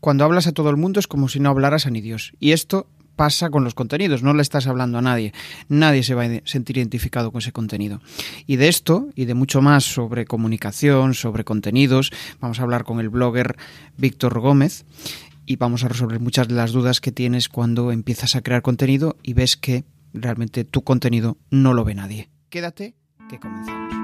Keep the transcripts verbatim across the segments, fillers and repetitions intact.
cuando hablas a todo el mundo es como si no hablaras a ni Dios. Y esto pasa con los contenidos, no le estás hablando a nadie. Nadie se va a sentir identificado con ese contenido. Y de esto y de mucho más sobre comunicación, sobre contenidos, vamos a hablar con el blogger Víctor Gómez y vamos a resolver muchas de las dudas que tienes cuando empiezas a crear contenido y ves que realmente tu contenido no lo ve nadie. Quédate, que comenzamos.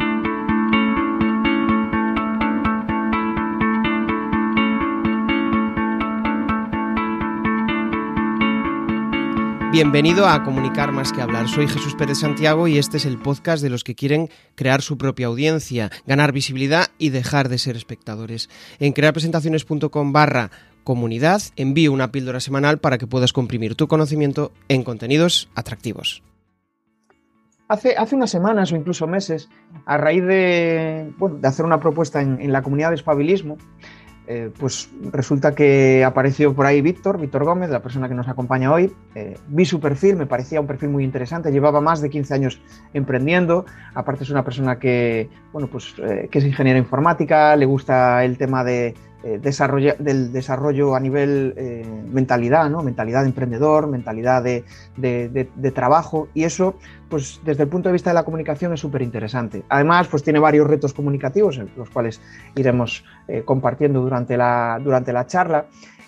Bienvenido a Comunicar más que hablar. Soy Jesús Pérez Santiago y este es el podcast de los que quieren crear su propia audiencia, ganar visibilidad y dejar de ser espectadores. En crearpresentaciones.com barra comunidad envío una píldora semanal para que puedas comprimir tu conocimiento en contenidos atractivos. Hace, hace unas semanas o incluso meses, a raíz de, bueno, de hacer una propuesta en, en la comunidad de espabilismo, Eh, pues resulta que apareció por ahí Víctor, Víctor Gómez, la persona que nos acompaña hoy. Eh, vi su perfil, me parecía un perfil muy interesante, llevaba más de quince años emprendiendo, aparte es una persona que, bueno, pues, eh, que es ingeniera informática, le gusta el tema de, eh, desarrollo, del desarrollo a nivel eh, mentalidad, ¿no? Mentalidad de emprendedor, mentalidad de, de, de, de trabajo, y eso, pues desde el punto de vista de la comunicación es súper interesante. Además, pues tiene varios retos comunicativos, los cuales iremos eh, compartiendo durante la, durante la charla.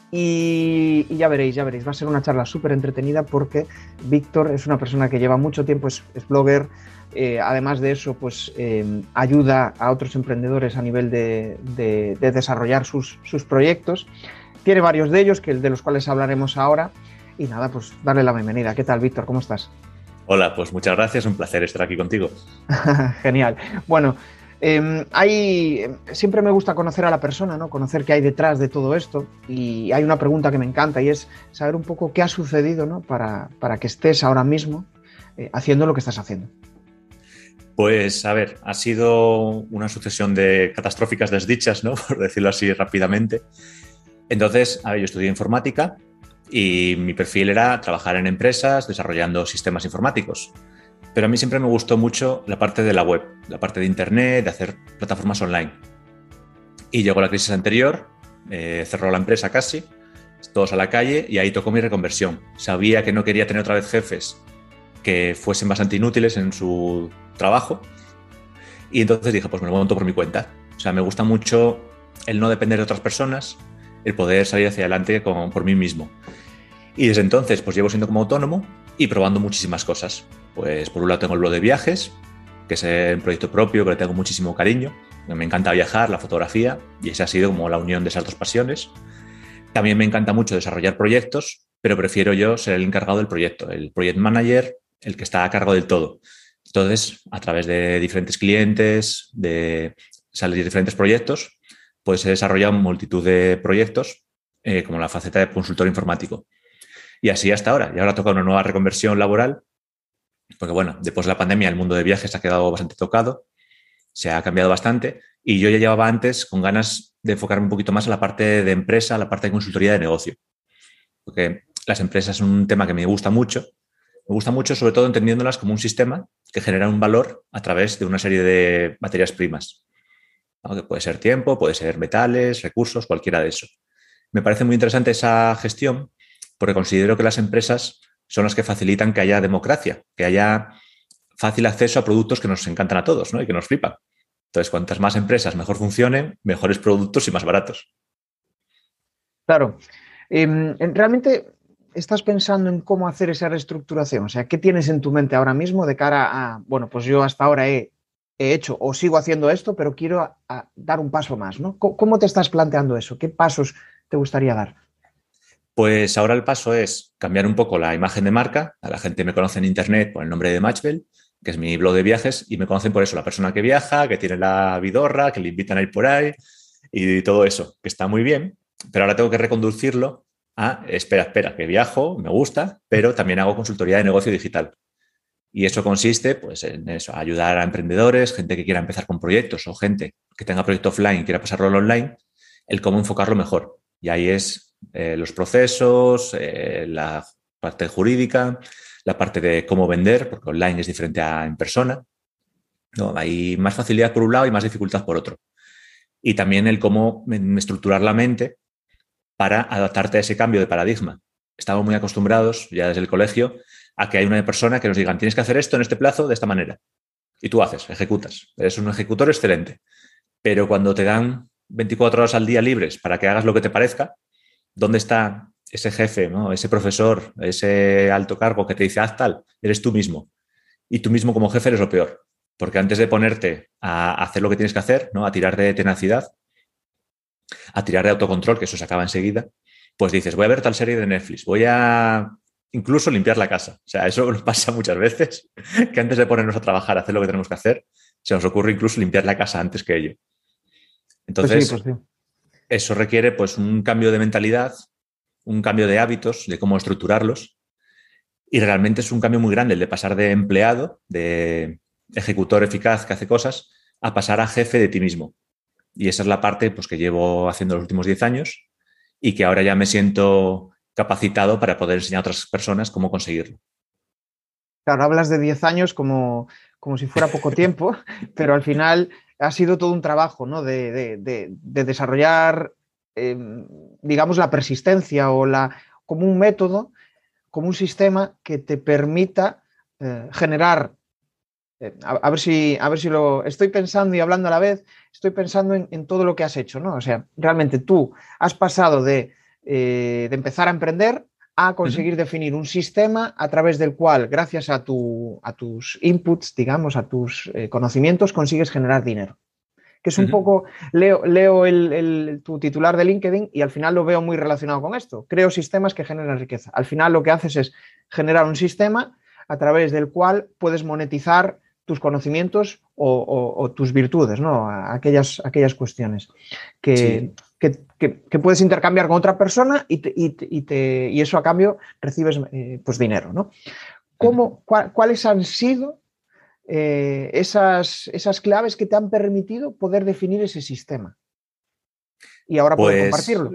Y, y ya veréis, ya veréis, va a ser una charla súper entretenida porque Víctor es una persona que lleva mucho tiempo, es, es blogger, eh, además de eso, pues eh, ayuda a otros emprendedores a nivel de, de, de desarrollar sus, sus proyectos. Tiene varios de ellos, que de los cuales hablaremos ahora. Y nada, pues darle la bienvenida. ¿Qué tal, Víctor? ¿Cómo estás? Hola, pues muchas gracias, un placer estar aquí contigo. Genial. Bueno, eh, hay, siempre me gusta conocer a la persona, ¿no? Conocer qué hay detrás de todo esto, y hay una pregunta que me encanta y es saber un poco qué ha sucedido, ¿no? para, para que estés ahora mismo eh, haciendo lo que estás haciendo. Pues a ver, ha sido una sucesión de catastróficas desdichas, ¿no? Por decirlo así rápidamente. Entonces, a ver, yo estudié informática y mi perfil era trabajar en empresas desarrollando sistemas informáticos. Pero a mí siempre me gustó mucho la parte de la web, la parte de internet, de hacer plataformas online. Y llegó la crisis anterior, eh, cerró la empresa casi, todos a la calle, y ahí tocó mi reconversión. Sabía que no quería tener otra vez jefes que fuesen bastante inútiles en su trabajo, y entonces dije, pues me lo monto por mi cuenta. O sea, me gusta mucho el no depender de otras personas, el poder salir hacia adelante con, por mí mismo. Y desde entonces pues llevo siendo como autónomo y probando muchísimas cosas. Pues por un lado tengo el blog de viajes, que es un proyecto propio que le tengo muchísimo cariño. Me encanta viajar, la fotografía, y esa ha sido como la unión de esas dos pasiones. También me encanta mucho desarrollar proyectos, pero prefiero yo ser el encargado del proyecto, el project manager, el que está a cargo del todo. Entonces, a través de diferentes clientes, de salir diferentes proyectos, pues he desarrollado multitud de proyectos, eh, como la faceta de consultor informático. Y así hasta ahora. Y ahora toca una nueva reconversión laboral, porque bueno, después de la pandemia el mundo de viajes ha quedado bastante tocado, se ha cambiado bastante, y yo ya llevaba antes con ganas de enfocarme un poquito más a la parte de empresa, a la parte de consultoría de negocio. Porque las empresas son un tema que me gusta mucho. Me gusta mucho, sobre todo entendiéndolas como un sistema que genera un valor a través de una serie de materias primas, ¿no? Que puede ser tiempo, puede ser metales, recursos, cualquiera de eso. Me parece muy interesante esa gestión porque considero que las empresas son las que facilitan que haya democracia, que haya fácil acceso a productos que nos encantan a todos, ¿no? Y que nos flipan. Entonces, cuantas más empresas mejor funcionen, mejores productos y más baratos. Claro. Eh, realmente estás pensando en cómo hacer esa reestructuración. O sea, ¿qué tienes en tu mente ahora mismo de cara a, bueno, pues yo hasta ahora he, he hecho o sigo haciendo esto, pero quiero a, a dar un paso más, ¿no? ¿Cómo, ¿Cómo te estás planteando eso? ¿Qué pasos te gustaría dar? Pues ahora el paso es cambiar un poco la imagen de marca. A la gente me conoce en internet por el nombre de Matchbell, que es mi blog de viajes, y me conocen por eso, la persona que viaja, que tiene la vidorra, que le invitan a ir por ahí y todo eso, que está muy bien, pero ahora tengo que reconducirlo a, espera, espera, que viajo, me gusta, pero también hago consultoría de negocio digital. Y eso consiste pues, en eso, ayudar a emprendedores, gente que quiera empezar con proyectos o gente que tenga proyecto offline y quiera pasarlo al online, el cómo enfocarlo mejor. Y ahí es eh, los procesos, eh, la parte jurídica, la parte de cómo vender, porque online es diferente a en persona, ¿no? Hay más facilidad por un lado y más dificultad por otro. Y también el cómo estructurar la mente para adaptarte a ese cambio de paradigma. Estamos muy acostumbrados, ya desde el colegio, a que hay una persona que nos digan, tienes que hacer esto en este plazo de esta manera. Y tú haces, ejecutas. Eres un ejecutor excelente. Pero cuando te dan veinticuatro horas al día libres para que hagas lo que te parezca, ¿dónde está ese jefe, ¿no? Ese profesor, ese alto cargo que te dice, haz tal? Eres tú mismo. Y tú mismo como jefe eres lo peor. Porque antes de ponerte a hacer lo que tienes que hacer, ¿no? A tirar de tenacidad, a tirar de autocontrol, que eso se acaba enseguida, pues dices, voy a ver tal serie de Netflix, voy a incluso limpiar la casa. O sea, eso nos pasa muchas veces, que antes de ponernos a trabajar, a hacer lo que tenemos que hacer, se nos ocurre incluso limpiar la casa antes que ello. Entonces, pues sí, pues sí. Eso requiere pues un cambio de mentalidad, un cambio de hábitos, de cómo estructurarlos. Y realmente es un cambio muy grande el de pasar de empleado, de ejecutor eficaz que hace cosas, a pasar a jefe de ti mismo. Y esa es la parte pues, que llevo haciendo los últimos diez años y que ahora ya me siento capacitado para poder enseñar a otras personas cómo conseguirlo. Claro, hablas de diez años como, como si fuera poco tiempo, pero al final ha sido todo un trabajo, ¿no? de, de, de, de desarrollar, eh, digamos, la persistencia o la, como un método, como un sistema que te permita eh, generar. Eh, a, a, ver si, a ver si lo estoy pensando y hablando a la vez, estoy pensando en, en todo lo que has hecho, ¿no? O sea, realmente tú has pasado de, eh, de empezar a emprender a conseguir uh-huh. definir un sistema a través del cual, gracias a, tu, a tus inputs, digamos, a tus eh, conocimientos, consigues generar dinero. Que es un uh-huh. poco, leo, leo el, el, tu titular de LinkedIn y al final lo veo muy relacionado con esto. Creo sistemas que generan riqueza. Al final lo que haces es generar un sistema a través del cual puedes monetizar tus conocimientos o, o, o tus virtudes, ¿no? Aquellas, aquellas cuestiones que, sí. que, que, que puedes intercambiar con otra persona y, te, y, te, y, te, y eso a cambio recibes eh, pues dinero, ¿no? ¿Cómo, cu- ¿Cuáles han sido eh, esas, esas claves que te han permitido poder definir ese sistema? Y ahora pues, poder compartirlo.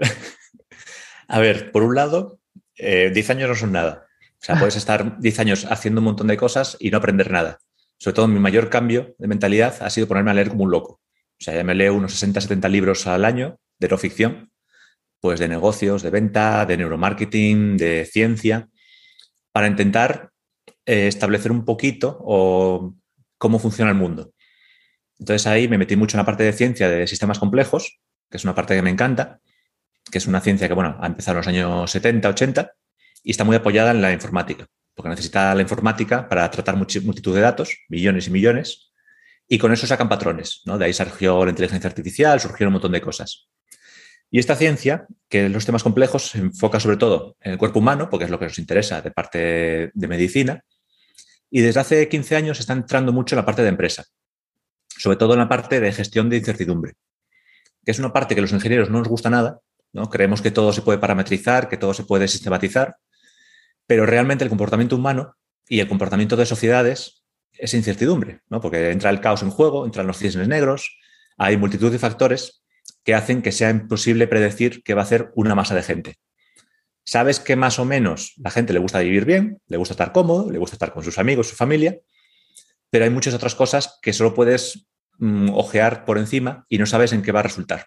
A ver, por un lado, eh, diez años no son nada. O sea, puedes estar diez años haciendo un montón de cosas y no aprender nada. Sobre todo, mi mayor cambio de mentalidad ha sido ponerme a leer como un loco. O sea, ya me leo unos sesenta, setenta libros al año de no ficción, pues de negocios, de venta, de neuromarketing, de ciencia, para intentar eh, establecer un poquito o cómo funciona el mundo. Entonces ahí me metí mucho en la parte de ciencia de sistemas complejos, que es una parte que me encanta, que es una ciencia que, bueno, ha empezado en los años setenta, ochenta y está muy apoyada en la informática, porque necesita la informática para tratar multitud de datos, millones y millones, y con eso sacan patrones, ¿no? De ahí surgió la inteligencia artificial, surgieron un montón de cosas. Y esta ciencia, que en los temas complejos, se enfoca sobre todo en el cuerpo humano, porque es lo que nos interesa de parte de medicina, y desde hace quince años está entrando mucho en la parte de empresa, sobre todo en la parte de gestión de incertidumbre, que es una parte que a los ingenieros no nos gusta nada, ¿no? Creemos que todo se puede parametrizar, que todo se puede sistematizar, pero realmente el comportamiento humano y el comportamiento de sociedades es incertidumbre, ¿no? Porque entra el caos en juego, entran los cisnes negros, hay multitud de factores que hacen que sea imposible predecir qué va a hacer una masa de gente. Sabes que más o menos la gente le gusta vivir bien, le gusta estar cómodo, le gusta estar con sus amigos, su familia, pero hay muchas otras cosas que solo puedes mm, ojear por encima y no sabes en qué va a resultar,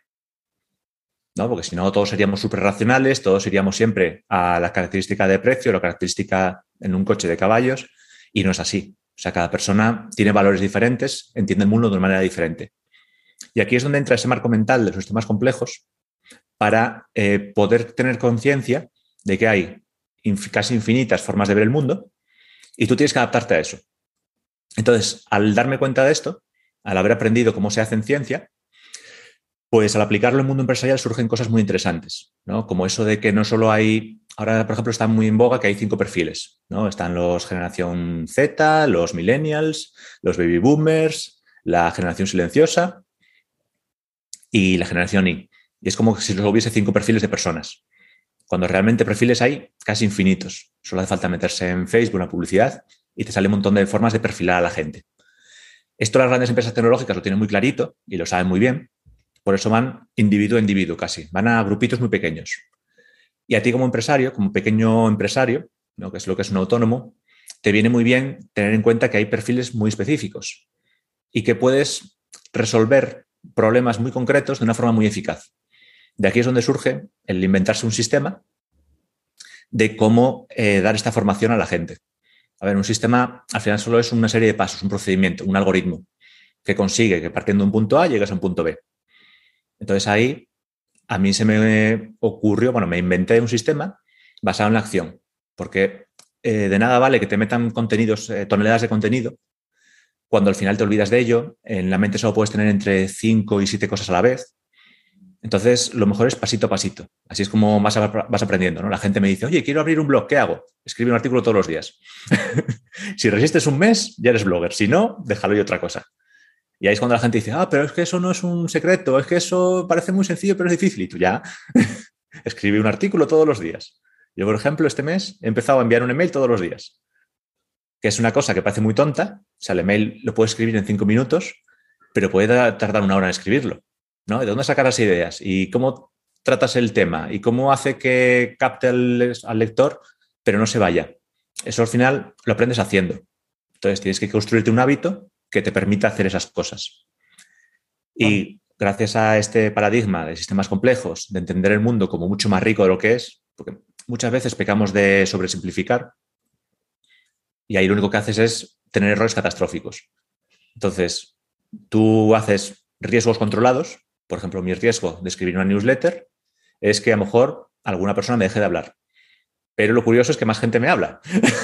¿no? Porque si no, todos seríamos súper racionales, todos iríamos siempre a la característica de precio, la característica en un coche de caballos, y no es así. O sea, cada persona tiene valores diferentes, entiende el mundo de una manera diferente. Y aquí es donde entra ese marco mental de los sistemas complejos para eh, poder tener conciencia de que hay inf- casi infinitas formas de ver el mundo y tú tienes que adaptarte a eso. Entonces, al darme cuenta de esto, al haber aprendido cómo se hace en ciencia, pues al aplicarlo en el mundo empresarial surgen cosas muy interesantes, ¿no? Como eso de que no solo hay, ahora por ejemplo está muy en boga que hay cinco perfiles, ¿no? Están los generación Z, los millennials, los baby boomers, la generación silenciosa y la generación Y. Y es como si solo hubiese cinco perfiles de personas, cuando realmente perfiles hay casi infinitos. Solo hace falta meterse en Facebook, una publicidad, y te sale un montón de formas de perfilar a la gente. Esto las grandes empresas tecnológicas lo tienen muy clarito y lo saben muy bien. Por eso van individuo a individuo casi, van a grupitos muy pequeños. Y a ti como empresario, como pequeño empresario, ¿no? Que es lo que es un autónomo, te viene muy bien tener en cuenta que hay perfiles muy específicos y que puedes resolver problemas muy concretos de una forma muy eficaz. De aquí es donde surge el inventarse un sistema de cómo eh, dar esta formación a la gente. A ver, un sistema al final solo es una serie de pasos, un procedimiento, un algoritmo que consigue que partiendo de un punto A llegues a un punto B. Entonces ahí a mí se me ocurrió, bueno, me inventé un sistema basado en la acción, porque eh, de nada vale que te metan contenidos, eh, toneladas de contenido, cuando al final te olvidas de ello. En la mente solo puedes tener entre cinco y siete cosas a la vez. Entonces, lo mejor es pasito a pasito. Así es como vas, a, vas aprendiendo, ¿no? La gente me dice, oye, quiero abrir un blog, ¿qué hago? Escribe un artículo todos los días. Si resistes un mes, ya eres blogger. Si no, déjalo y otra cosa. Y ahí es cuando la gente dice, ah, pero es que eso no es un secreto, es que eso parece muy sencillo, pero es difícil. Y tú ya, escribe un artículo todos los días. Yo, por ejemplo, este mes he empezado a enviar un email todos los días, que es una cosa que parece muy tonta. O sea, el email lo puedes escribir en cinco minutos, pero puede tardar una hora en escribirlo, ¿no? ¿De dónde sacar las ideas? ¿Y cómo tratas el tema? ¿Y cómo hace que capte al, al lector, pero no se vaya? Eso al final lo aprendes haciendo. Entonces tienes que construirte un hábito que te permita hacer esas cosas. Y gracias a este paradigma de sistemas complejos, de entender el mundo como mucho más rico de lo que es, porque muchas veces pecamos de sobresimplificar y ahí lo único que haces es tener errores catastróficos. Entonces, tú haces riesgos controlados. Por ejemplo, mi riesgo de escribir una newsletter es que a lo mejor alguna persona me deje de hablar. Pero lo curioso es que más gente me habla.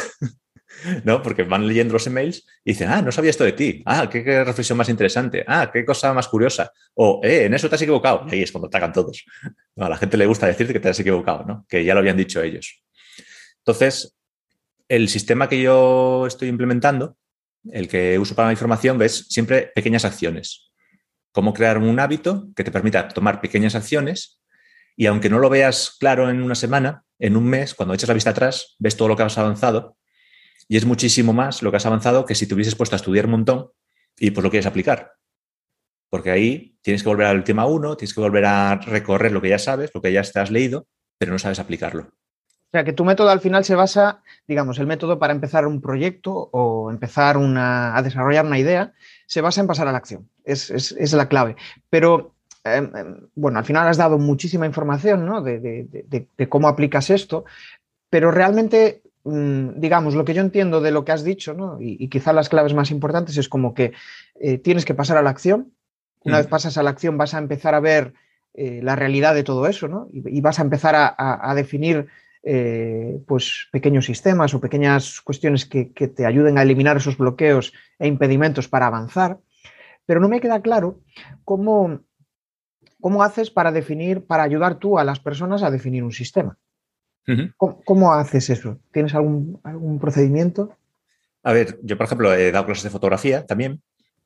¿No? Porque van leyendo los emails y dicen, ah, no sabía esto de ti. Ah, qué, qué reflexión más interesante. Ah, qué cosa más curiosa. O, eh, en eso te has equivocado. Y ahí es cuando atacan todos. No, a la gente le gusta decirte que te has equivocado, ¿no? Que ya lo habían dicho ellos. Entonces, el sistema que yo estoy implementando, el que uso para la información, ves siempre pequeñas acciones. Cómo crear un hábito que te permita tomar pequeñas acciones y aunque no lo veas claro en una semana, en un mes, cuando echas la vista atrás, ves todo lo que has avanzado y es muchísimo más lo que has avanzado que si te hubieses puesto a estudiar un montón y pues lo quieres aplicar. Porque ahí tienes que volver al tema uno, tienes que volver a recorrer lo que ya sabes, lo que ya te has leído, pero no sabes aplicarlo. O sea, que tu método al final se basa, digamos, el método para empezar un proyecto o empezar una, a desarrollar una idea, se basa en pasar a la acción. Es, es, es la clave. Pero, eh, bueno, al final has dado muchísima información, ¿no? de, de, de, de cómo aplicas esto, pero realmente, mmm, digamos, lo que yo entiendo de lo que has dicho, ¿no? y, y quizá las claves más importantes es como que eh, tienes que pasar a la acción. Una mm. vez pasas a la acción vas a empezar a ver eh, la realidad de todo eso, ¿no? y, y vas a empezar a, a, a definir Eh, pues pequeños sistemas o pequeñas cuestiones que, que te ayuden a eliminar esos bloqueos e impedimentos para avanzar, pero no me queda claro cómo, cómo haces para definir, para ayudar tú a las personas a definir un sistema. Uh-huh. ¿Cómo, ¿Cómo haces eso? ¿Tienes algún, algún procedimiento? A ver, yo por ejemplo he dado clases de fotografía también,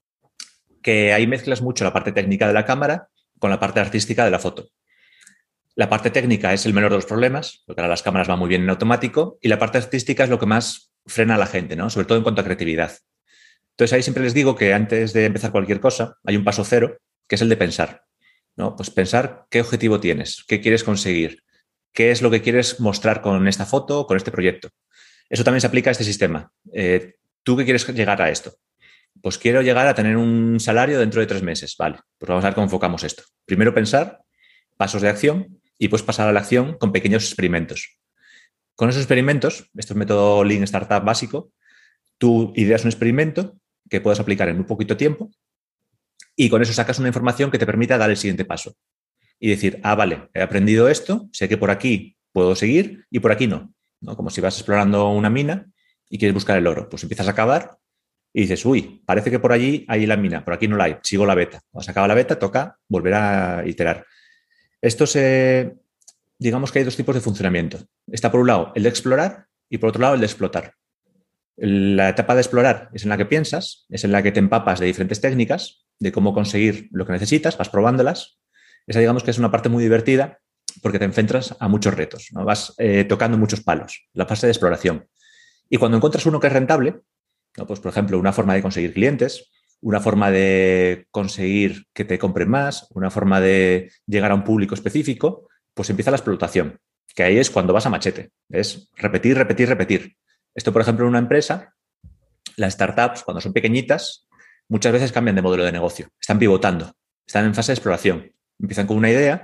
que ahí mezclas mucho la parte técnica de la cámara con la parte artística de la foto. La parte técnica es el menor de los problemas, porque ahora las cámaras van muy bien en automático, y la parte artística es lo que más frena a la gente, ¿no? Sobre todo en cuanto a creatividad. Entonces ahí siempre les digo que antes de empezar cualquier cosa hay un paso cero, que es el de pensar, ¿no? Pues pensar qué objetivo tienes, qué quieres conseguir, qué es lo que quieres mostrar con esta foto, con este proyecto. Eso también se aplica a este sistema. Eh, ¿Tú qué quieres llegar a esto? Pues quiero llegar a tener un salario dentro de tres meses. Vale, pues vamos a ver cómo enfocamos esto. Primero pensar, pasos de acción, y puedes pasar a la acción con pequeños experimentos. Con esos experimentos, esto es método Lean Startup básico, tú ideas un experimento que puedes aplicar en muy poquito tiempo y con eso sacas una información que te permita dar el siguiente paso y decir, ah, vale, he aprendido esto, sé que por aquí puedo seguir y por aquí no, ¿no? Como si vas explorando una mina y quieres buscar el oro, pues empiezas a cavar y dices, uy, parece que por allí hay la mina, por aquí no la hay, sigo la beta. Cuando se acaba la beta, toca volver a iterar. Esto se, digamos que hay dos tipos de funcionamiento. Está por un lado el de explorar y por otro lado el de explotar. La etapa de explorar es en la que piensas, es en la que te empapas de diferentes técnicas, de cómo conseguir lo que necesitas, vas probándolas. Esa digamos que es una parte muy divertida porque te enfrentas a muchos retos, ¿no? Vas eh, tocando muchos palos, la fase de exploración. Y cuando encuentras uno que es rentable, ¿no? Pues por ejemplo, una forma de conseguir clientes, una forma de conseguir que te compren más, una forma de llegar a un público específico, pues empieza la explotación, que ahí es cuando vas a machete. Es repetir, repetir, repetir. Esto, por ejemplo, en una empresa, las startups, cuando son pequeñitas, muchas veces cambian de modelo de negocio. Están pivotando, están en fase de exploración. Empiezan con una idea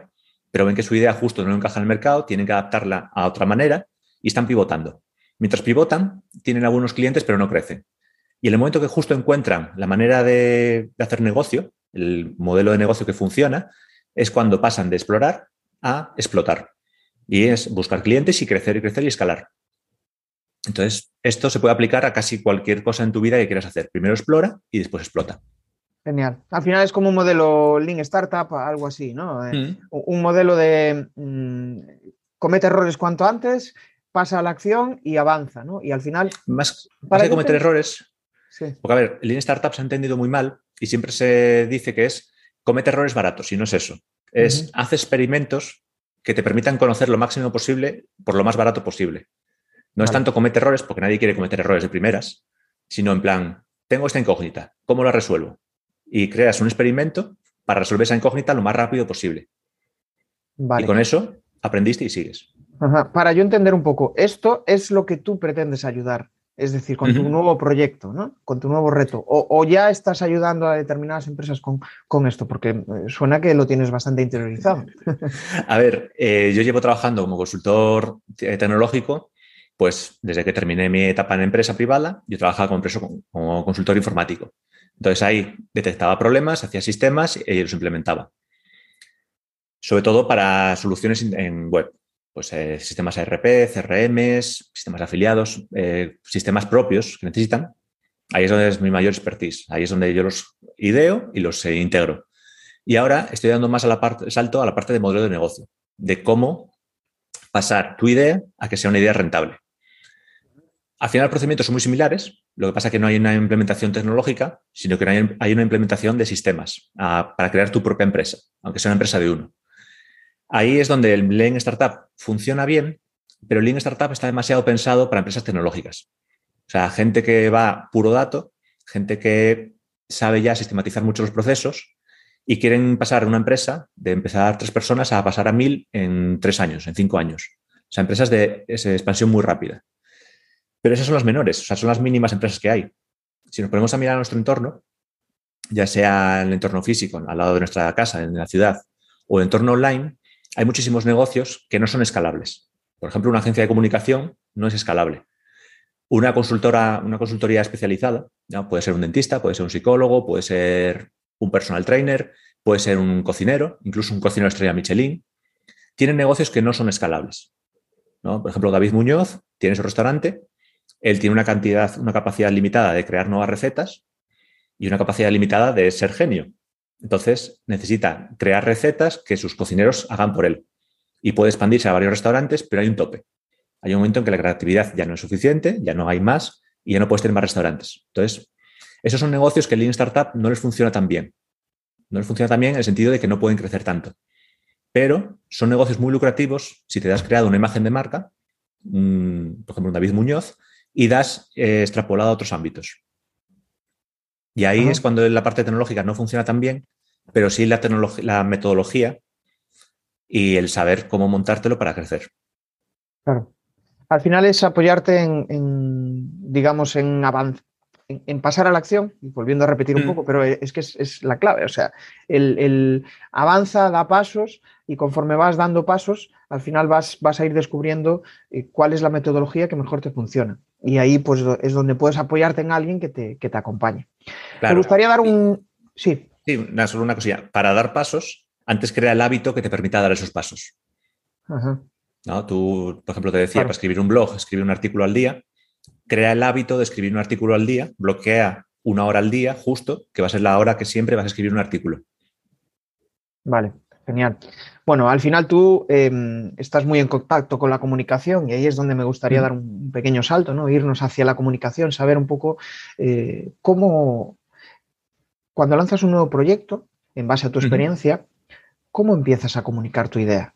pero ven que su idea justo no encaja en el mercado, tienen que adaptarla a otra manera y están pivotando. Mientras pivotan, tienen algunos clientes, pero no crecen. Y en el momento que justo encuentran la manera de, de hacer negocio, el modelo de negocio que funciona, es cuando pasan de explorar a explotar. Y es buscar clientes y crecer y crecer y escalar. Entonces, esto se puede aplicar a casi cualquier cosa en tu vida que quieras hacer. Primero explora y después explota. Genial. Al final es como un modelo Lean Startup, algo así, ¿no? Eh, Mm. un modelo de mmm, comete errores cuanto antes, pasa a la acción y avanza, ¿no? Y al final... Más, más para que cometer entender... errores, sí. Porque a ver, el Lean Startup se ha entendido muy mal y siempre se dice que es comete errores baratos y no es eso. Es Uh-huh. haz experimentos que te permitan conocer lo máximo posible por lo más barato posible. No vale. Es tanto comete errores, porque nadie quiere cometer errores de primeras, sino en plan, tengo esta incógnita, ¿cómo la resuelvo? Y creas un experimento para resolver esa incógnita lo más rápido posible. Vale. Y con eso aprendiste y sigues. Ajá. Para yo entender un poco, esto es lo que tú pretendes ayudar, es decir, con tu uh-huh. nuevo proyecto, ¿no? Con tu nuevo reto. O, o ya estás ayudando a determinadas empresas con, con esto, porque suena que lo tienes bastante interiorizado. A ver, eh, yo llevo trabajando como consultor tecnológico, pues desde que terminé mi etapa en empresa privada, yo trabajaba como, empresa, como consultor informático. Entonces ahí detectaba problemas, hacía sistemas y los implementaba. Sobre todo para soluciones en web. Pues eh, sistemas E R P, C R Ms, sistemas de afiliados, eh, sistemas propios que necesitan. Ahí es donde es mi mayor expertise. Ahí es donde yo los ideo y los eh, integro. Y ahora estoy dando más a la parte, salto a la parte de modelo de negocio, de cómo pasar tu idea a que sea una idea rentable. Al final los procedimientos son muy similares, lo que pasa es que no hay una implementación tecnológica, sino que hay, hay una implementación de sistemas a, para crear tu propia empresa, aunque sea una empresa de uno. Ahí es donde el Lean Startup funciona bien, pero el Lean Startup está demasiado pensado para empresas tecnológicas. O sea, gente que va puro dato, gente que sabe ya sistematizar mucho los procesos y quieren pasar una empresa de empezar tres personas a pasar a mil en tres años, en cinco años. O sea, empresas de esa expansión muy rápida. Pero esas son las menores, o sea, son las mínimas empresas que hay. Si nos ponemos a mirar a nuestro entorno, ya sea en el entorno físico, al lado de nuestra casa, en la ciudad, o el entorno online, hay muchísimos negocios que no son escalables. Por ejemplo, una agencia de comunicación no es escalable. Una consultora, una consultoría especializada, ¿no? Puede ser un dentista, puede ser un psicólogo, puede ser un personal trainer, puede ser un cocinero, incluso un cocinero estrella Michelin. Tienen negocios que no son escalables, ¿no? Por ejemplo, David Muñoz tiene su restaurante, él tiene una cantidad, una capacidad limitada de crear nuevas recetas y una capacidad limitada de ser genio. Entonces, necesita crear recetas que sus cocineros hagan por él. Y puede expandirse a varios restaurantes, pero hay un tope. Hay un momento en que la creatividad ya no es suficiente, ya no hay más y ya no puedes tener más restaurantes. Entonces, esos son negocios que el Lean Startup no les funciona tan bien. No les funciona tan bien en el sentido de que no pueden crecer tanto. Pero son negocios muy lucrativos si te has creado una imagen de marca, mmm, por ejemplo, un David Muñoz, y das eh, extrapolado a otros ámbitos. Y ahí Ajá. es cuando la parte tecnológica no funciona tan bien, pero sí la, la metodología y el saber cómo montártelo para crecer. Claro. Al final es apoyarte en, en digamos, en avanzar, en, en pasar a la acción, y volviendo a repetir un mm. poco, pero es que es, es la clave. O sea, el, el avanza, da pasos, y conforme vas dando pasos, al final vas, vas a ir descubriendo eh, cuál es la metodología que mejor te funciona. Y ahí pues es donde puedes apoyarte en alguien que te, que te acompañe. Claro. Me gustaría dar un... Sí. Sí, solo una cosilla. Para dar pasos, antes crea el hábito que te permita dar esos pasos. Ajá. ¿No? Tú, por ejemplo, te decía, claro. para escribir un blog, escribir un artículo al día, crea el hábito de escribir un artículo al día, bloquea una hora al día, justo, que va a ser la hora que siempre vas a escribir un artículo. Vale, genial. Bueno, al final tú eh, estás muy en contacto con la comunicación y ahí es donde me gustaría mm. dar un pequeño salto, ¿no? Irnos hacia la comunicación, saber un poco eh, cómo, cuando lanzas un nuevo proyecto, en base a tu experiencia, mm-hmm. ¿cómo empiezas a comunicar tu idea?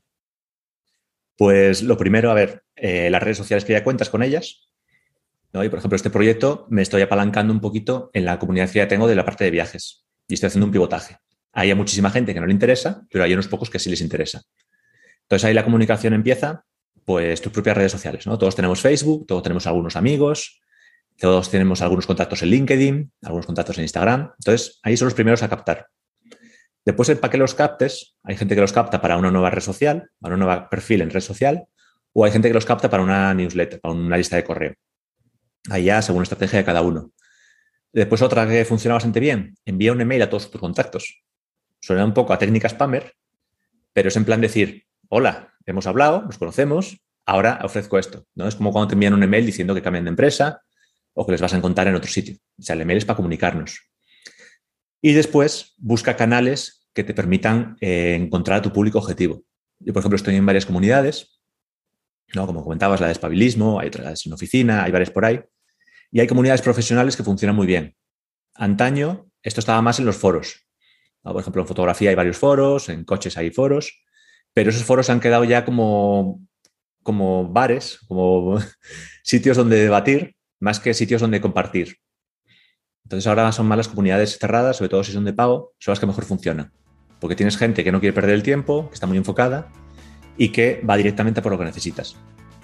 Pues lo primero, a ver, eh, las redes sociales que ya cuentas con ellas, ¿no? Y por ejemplo, este proyecto me estoy apalancando un poquito en la comunidad que ya tengo de la parte de viajes y estoy haciendo un pivotaje. Ahí hay muchísima gente que no le interesa, pero hay unos pocos que sí les interesa. Entonces ahí la comunicación empieza, pues tus propias redes sociales, ¿no? Todos tenemos Facebook, todos tenemos algunos amigos, todos tenemos algunos contactos en LinkedIn, algunos contactos en Instagram. Entonces ahí son los primeros a captar. Después, para que los captes, hay gente que los capta para una nueva red social, para un nuevo perfil en red social, o hay gente que los capta para una newsletter, para una lista de correo. Ahí ya, según la estrategia de cada uno. Después, otra que funciona bastante bien, envía un email a todos tus contactos. Suena un poco a técnica spammer, pero es en plan decir, hola, hemos hablado, nos conocemos, ahora ofrezco esto, ¿no? Es como cuando te envían un email diciendo que cambian de empresa o que les vas a encontrar en otro sitio. O sea, el email es para comunicarnos. Y después busca canales que te permitan eh, encontrar a tu público objetivo. Yo, por ejemplo, estoy en varias comunidades, ¿no? Como comentabas, la de espabilismo, hay otras en oficina, hay varias por ahí. Y hay comunidades profesionales que funcionan muy bien. Antaño, esto estaba más en los foros, ¿no? Por ejemplo, en fotografía hay varios foros, en coches hay foros, pero esos foros han quedado ya como, como bares, como sitios donde debatir, más que sitios donde compartir. Entonces ahora son más las comunidades cerradas, sobre todo si son de pago, son las que mejor funcionan. Porque tienes gente que no quiere perder el tiempo, que está muy enfocada y que va directamente por lo que necesitas.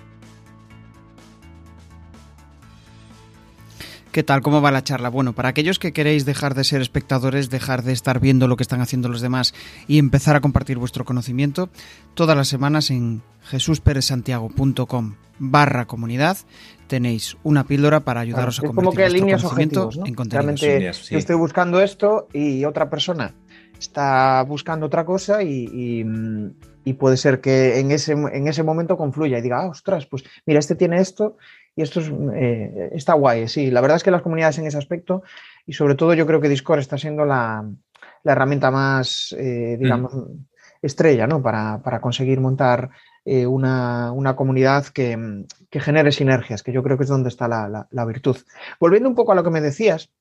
¿Qué tal? ¿Cómo va la charla? Bueno, para aquellos que queréis dejar de ser espectadores, dejar de estar viendo lo que están haciendo los demás y empezar a compartir vuestro conocimiento, todas las semanas en jesusperezsantiago.com barra comunidad tenéis una píldora para ayudaros claro, a convertir como que vuestro líneas conocimiento objetivos, ¿no? en contenidos. Realmente líneas, sí. Yo estoy buscando esto y otra persona está buscando otra cosa y, y, y puede ser que en ese, en ese momento confluya y diga, ah, ostras, pues mira, este tiene esto y esto es, eh, está guay. Sí, la verdad es que las comunidades en ese aspecto y sobre todo yo creo que Discord está siendo la, la herramienta más, eh, digamos, mm. estrella, ¿no? Para, para conseguir montar eh, una, una comunidad que, que genere sinergias, que yo creo que es donde está la, la, la virtud. Volviendo un poco a lo que me decías,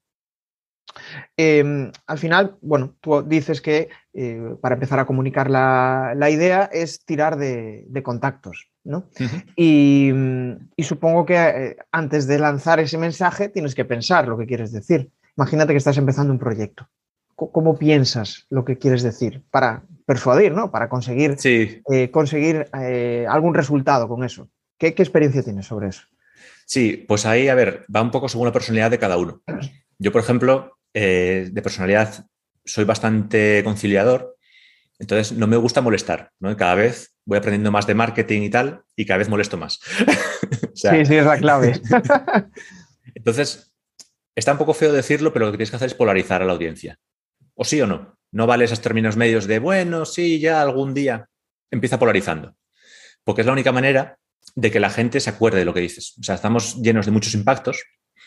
Eh, al final, bueno, tú dices que eh, para empezar a comunicar la, la idea es tirar de, de contactos, ¿no? Uh-huh. Y, y supongo que eh, antes de lanzar ese mensaje tienes que pensar lo que quieres decir. Imagínate que estás empezando un proyecto. ¿Cómo, cómo piensas lo que quieres decir? Para persuadir, ¿no? Para conseguir, sí. eh, conseguir eh, algún resultado con eso. ¿Qué, ¿Qué experiencia tienes sobre eso? Sí, pues ahí, a ver, va un poco según la personalidad de cada uno. Yo, por ejemplo, eh, de personalidad soy bastante conciliador, entonces no me gusta molestar, ¿no? Cada vez voy aprendiendo más de marketing y tal, y cada vez molesto más. O sea, sí, sí, es la clave. Entonces, está un poco feo decirlo, pero lo que tienes que hacer es polarizar a la audiencia. O sí o no. No vale esos términos medios de, bueno, sí, ya algún día. Empieza polarizando. Porque es la única manera de que la gente se acuerde de lo que dices. O sea, estamos llenos de muchos impactos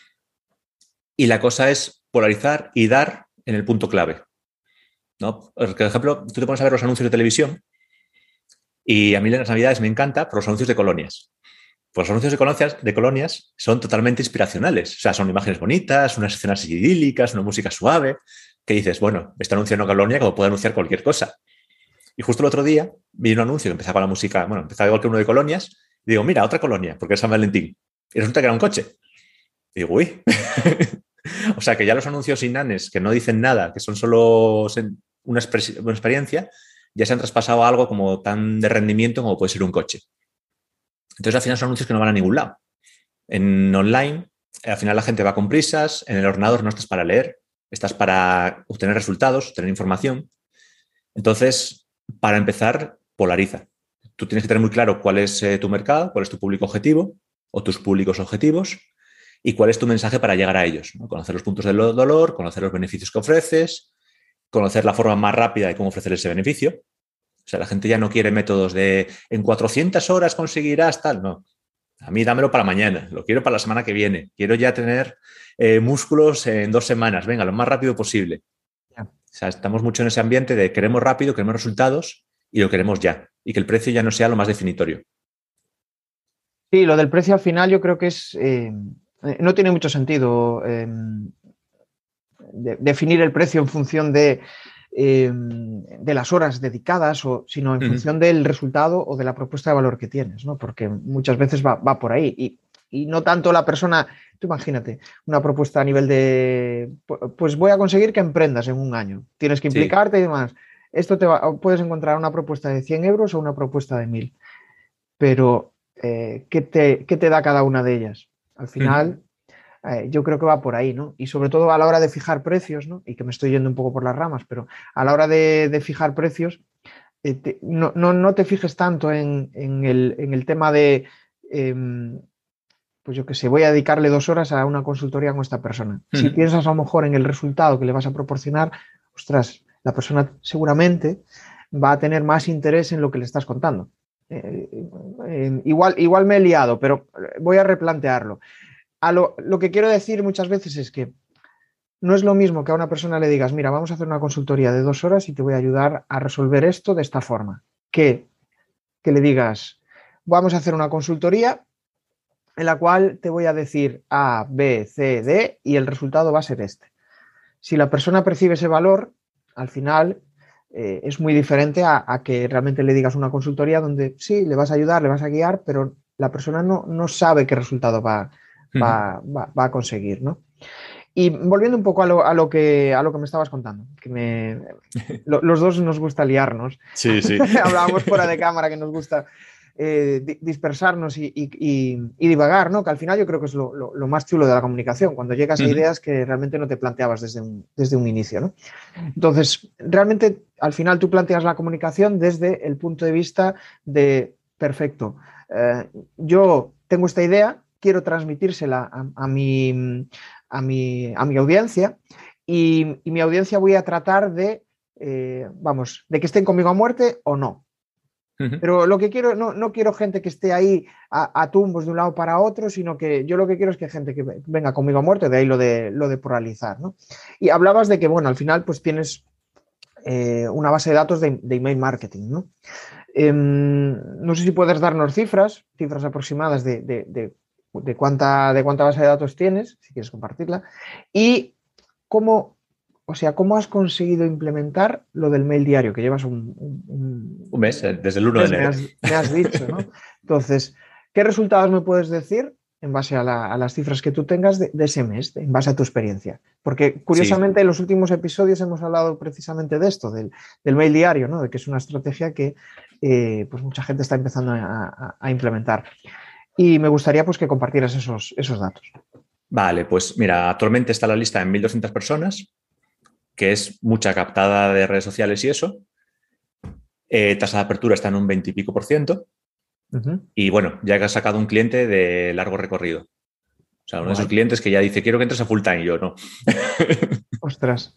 y la cosa es polarizar y dar en el punto clave, ¿no? Porque, por ejemplo, tú te pones a ver los anuncios de televisión y a mí en las Navidades me encanta por los anuncios de colonias. Pues los anuncios de colonias, de colonias son totalmente inspiracionales. O sea, son imágenes bonitas, unas escenas idílicas, una música suave, que dices, bueno, este anuncio no colonia como puede anunciar cualquier cosa. Y justo el otro día vi un anuncio que empezaba con la música, bueno, empezaba igual que uno de colonias, y digo, mira, otra colonia, porque es San Valentín. Y resulta que era un coche. Y digo, uy. O sea, que ya los anuncios inanes que no dicen nada, que son solo una, exper- una experiencia, ya se han traspasado a algo como tan de rendimiento como puede ser un coche. Entonces, al final son anuncios que no van a ningún lado. En online, al final la gente va con prisas, en el ordenador no estás para leer, estás para obtener resultados, obtener información. Entonces, para empezar, polariza. Tú tienes que tener muy claro cuál es eh, tu mercado, cuál es tu público objetivo o tus públicos objetivos y cuál es tu mensaje para llegar a ellos, ¿no? Conocer los puntos del dolor, conocer los beneficios que ofreces, conocer la forma más rápida de cómo ofrecer ese beneficio. O sea, la gente ya no quiere métodos de en cuatrocientas horas conseguirás tal, no. A mí dámelo para mañana, lo quiero para la semana que viene. Quiero ya tener eh, músculos en dos semanas, venga, lo más rápido posible. Yeah. O sea, estamos mucho en ese ambiente de queremos rápido, queremos resultados y lo queremos ya. Y que el precio ya no sea lo más definitorio. Sí, lo del precio al final yo creo que es... Eh, no tiene mucho sentido eh, de, definir el precio en función de... Eh, de las horas dedicadas, o, sino en uh-huh. función del resultado o de la propuesta de valor que tienes, ¿no? Porque muchas veces va, va por ahí y, y no tanto la persona, tú imagínate, una propuesta a nivel de, pues voy a conseguir que emprendas en un año, tienes que implicarte sí. y demás. Esto te va, puedes encontrar una propuesta de cien euros o una propuesta de mil, pero eh, ¿qué, te, ¿qué te da cada una de ellas? Al final... Uh-huh. eh, yo creo que va por ahí, ¿no? Y sobre todo a la hora de fijar precios, ¿no? Y que me estoy yendo un poco por las ramas, pero a la hora de, de fijar precios, eh, te, no, no, no te fijes tanto en, en, el, en el tema de, eh, pues yo qué sé, voy a dedicarle dos horas a una consultoría con esta persona. Uh-huh. Si piensas a lo mejor en el resultado que le vas a proporcionar, ostras, la persona seguramente va a tener más interés en lo que le estás contando. Eh, eh, igual, igual me he liado, pero voy a replantearlo. A lo, lo que quiero decir muchas veces es que no es lo mismo que a una persona le digas, mira, vamos a hacer una consultoría de dos horas y te voy a ayudar a resolver esto de esta forma, que, que le digas, vamos a hacer una consultoría en la cual te voy a decir A, B, C, D y el resultado va a ser este. Si la persona percibe ese valor, al final eh, es muy diferente a, a que realmente le digas una consultoría donde sí, le vas a ayudar, le vas a guiar, pero la persona no, no sabe qué resultado va, va, va, va a conseguir, ¿no? Y volviendo un poco a lo, a lo, que, a lo que me estabas contando, que me, lo, los dos nos gusta liarnos. Sí, sí. Hablábamos fuera de cámara que nos gusta eh, dispersarnos y, y, y, y divagar, ¿no? Que al final yo creo que es lo, lo, lo más chulo de la comunicación, cuando llegas a ideas que realmente no te planteabas desde un, desde un inicio, ¿no? Entonces, realmente al final tú planteas la comunicación desde el punto de vista de, perfecto, eh, yo tengo esta idea, quiero transmitírsela a, a mi... A mi, a mi audiencia y, y mi audiencia voy a tratar de, eh, vamos, de que estén conmigo a muerte o no. Uh-huh. Pero lo que quiero, no, no quiero gente que esté ahí a, a tumbos de un lado para otro, sino que yo lo que quiero es que gente que venga conmigo a muerte, de ahí lo de, lo de pluralizar, ¿no? Y hablabas de que, bueno, al final pues tienes eh, una base de datos de, de email marketing, ¿no? Eh, no sé si puedes darnos cifras, cifras aproximadas de, de, de De cuánta, de cuánta base de datos tienes, si quieres compartirla, y cómo, o sea, cómo has conseguido implementar lo del mail diario, que llevas un, un, un mes, desde el uno de enero. Me has, me has dicho, ¿no? Entonces, ¿qué resultados me puedes decir en base a, la, a las cifras que tú tengas de, de ese mes, de, en base a tu experiencia? Porque, curiosamente, sí. En los últimos episodios hemos hablado precisamente de esto, del, del mail diario, ¿no? De que es una estrategia que eh, pues mucha gente está empezando a, a, a implementar. Y me gustaría pues, que compartieras esos, esos datos. Vale, pues mira, actualmente está la lista en mil doscientas personas, que es mucha captada de redes sociales y eso. Eh, tasa de apertura está en un veinte y pico por ciento. Uh-huh. Y bueno, ya que has sacado un cliente de largo recorrido. O sea, uno Guay. de esos clientes que ya dice, quiero que entres a full time, yo no. Ostras.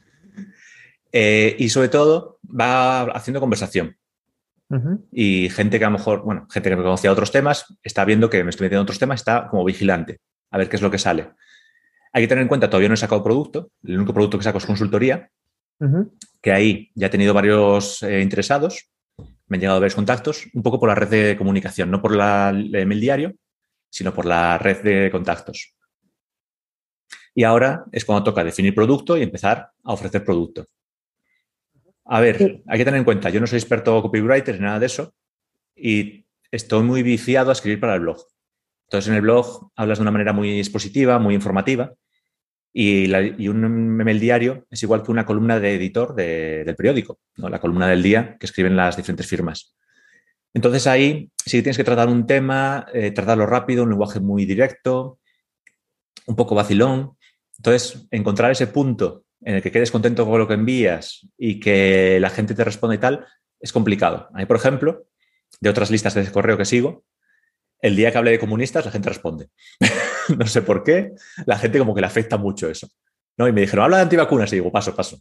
Eh, y sobre todo, va haciendo conversación. Uh-huh. Y gente que a lo mejor, bueno, gente que me conocía otros temas, está viendo que me estoy metiendo en otros temas, está como vigilante, a ver qué es lo que sale. Hay que tener en cuenta, todavía no he sacado producto, el único producto que saco es consultoría, uh-huh. que ahí ya he tenido varios eh, interesados, me han llegado varios contactos, un poco por la red de comunicación, no por la, el email diario, sino por la red de contactos. Y ahora es cuando toca definir producto y empezar a ofrecer producto. A ver, sí. Hay que tener en cuenta, yo no soy experto copywriter ni nada de eso y estoy muy viciado a escribir para el blog. Entonces, en el blog hablas de una manera muy expositiva, muy informativa y, la, y un email diario es igual que una columna de editor de, del periódico, ¿no? La columna del día que escriben las diferentes firmas. Entonces, ahí sí tienes que tratar un tema, eh, tratarlo rápido, un lenguaje muy directo, un poco vacilón. Entonces, encontrar ese punto en el que quedes contento con lo que envías y que la gente te responda y tal, es complicado. A mí, por ejemplo, de otras listas de correo que sigo, el día que hable de comunistas, la gente responde. No sé por qué, la gente como que le afecta mucho eso, ¿no? Y me dijeron, habla de antivacunas, y digo, paso, paso.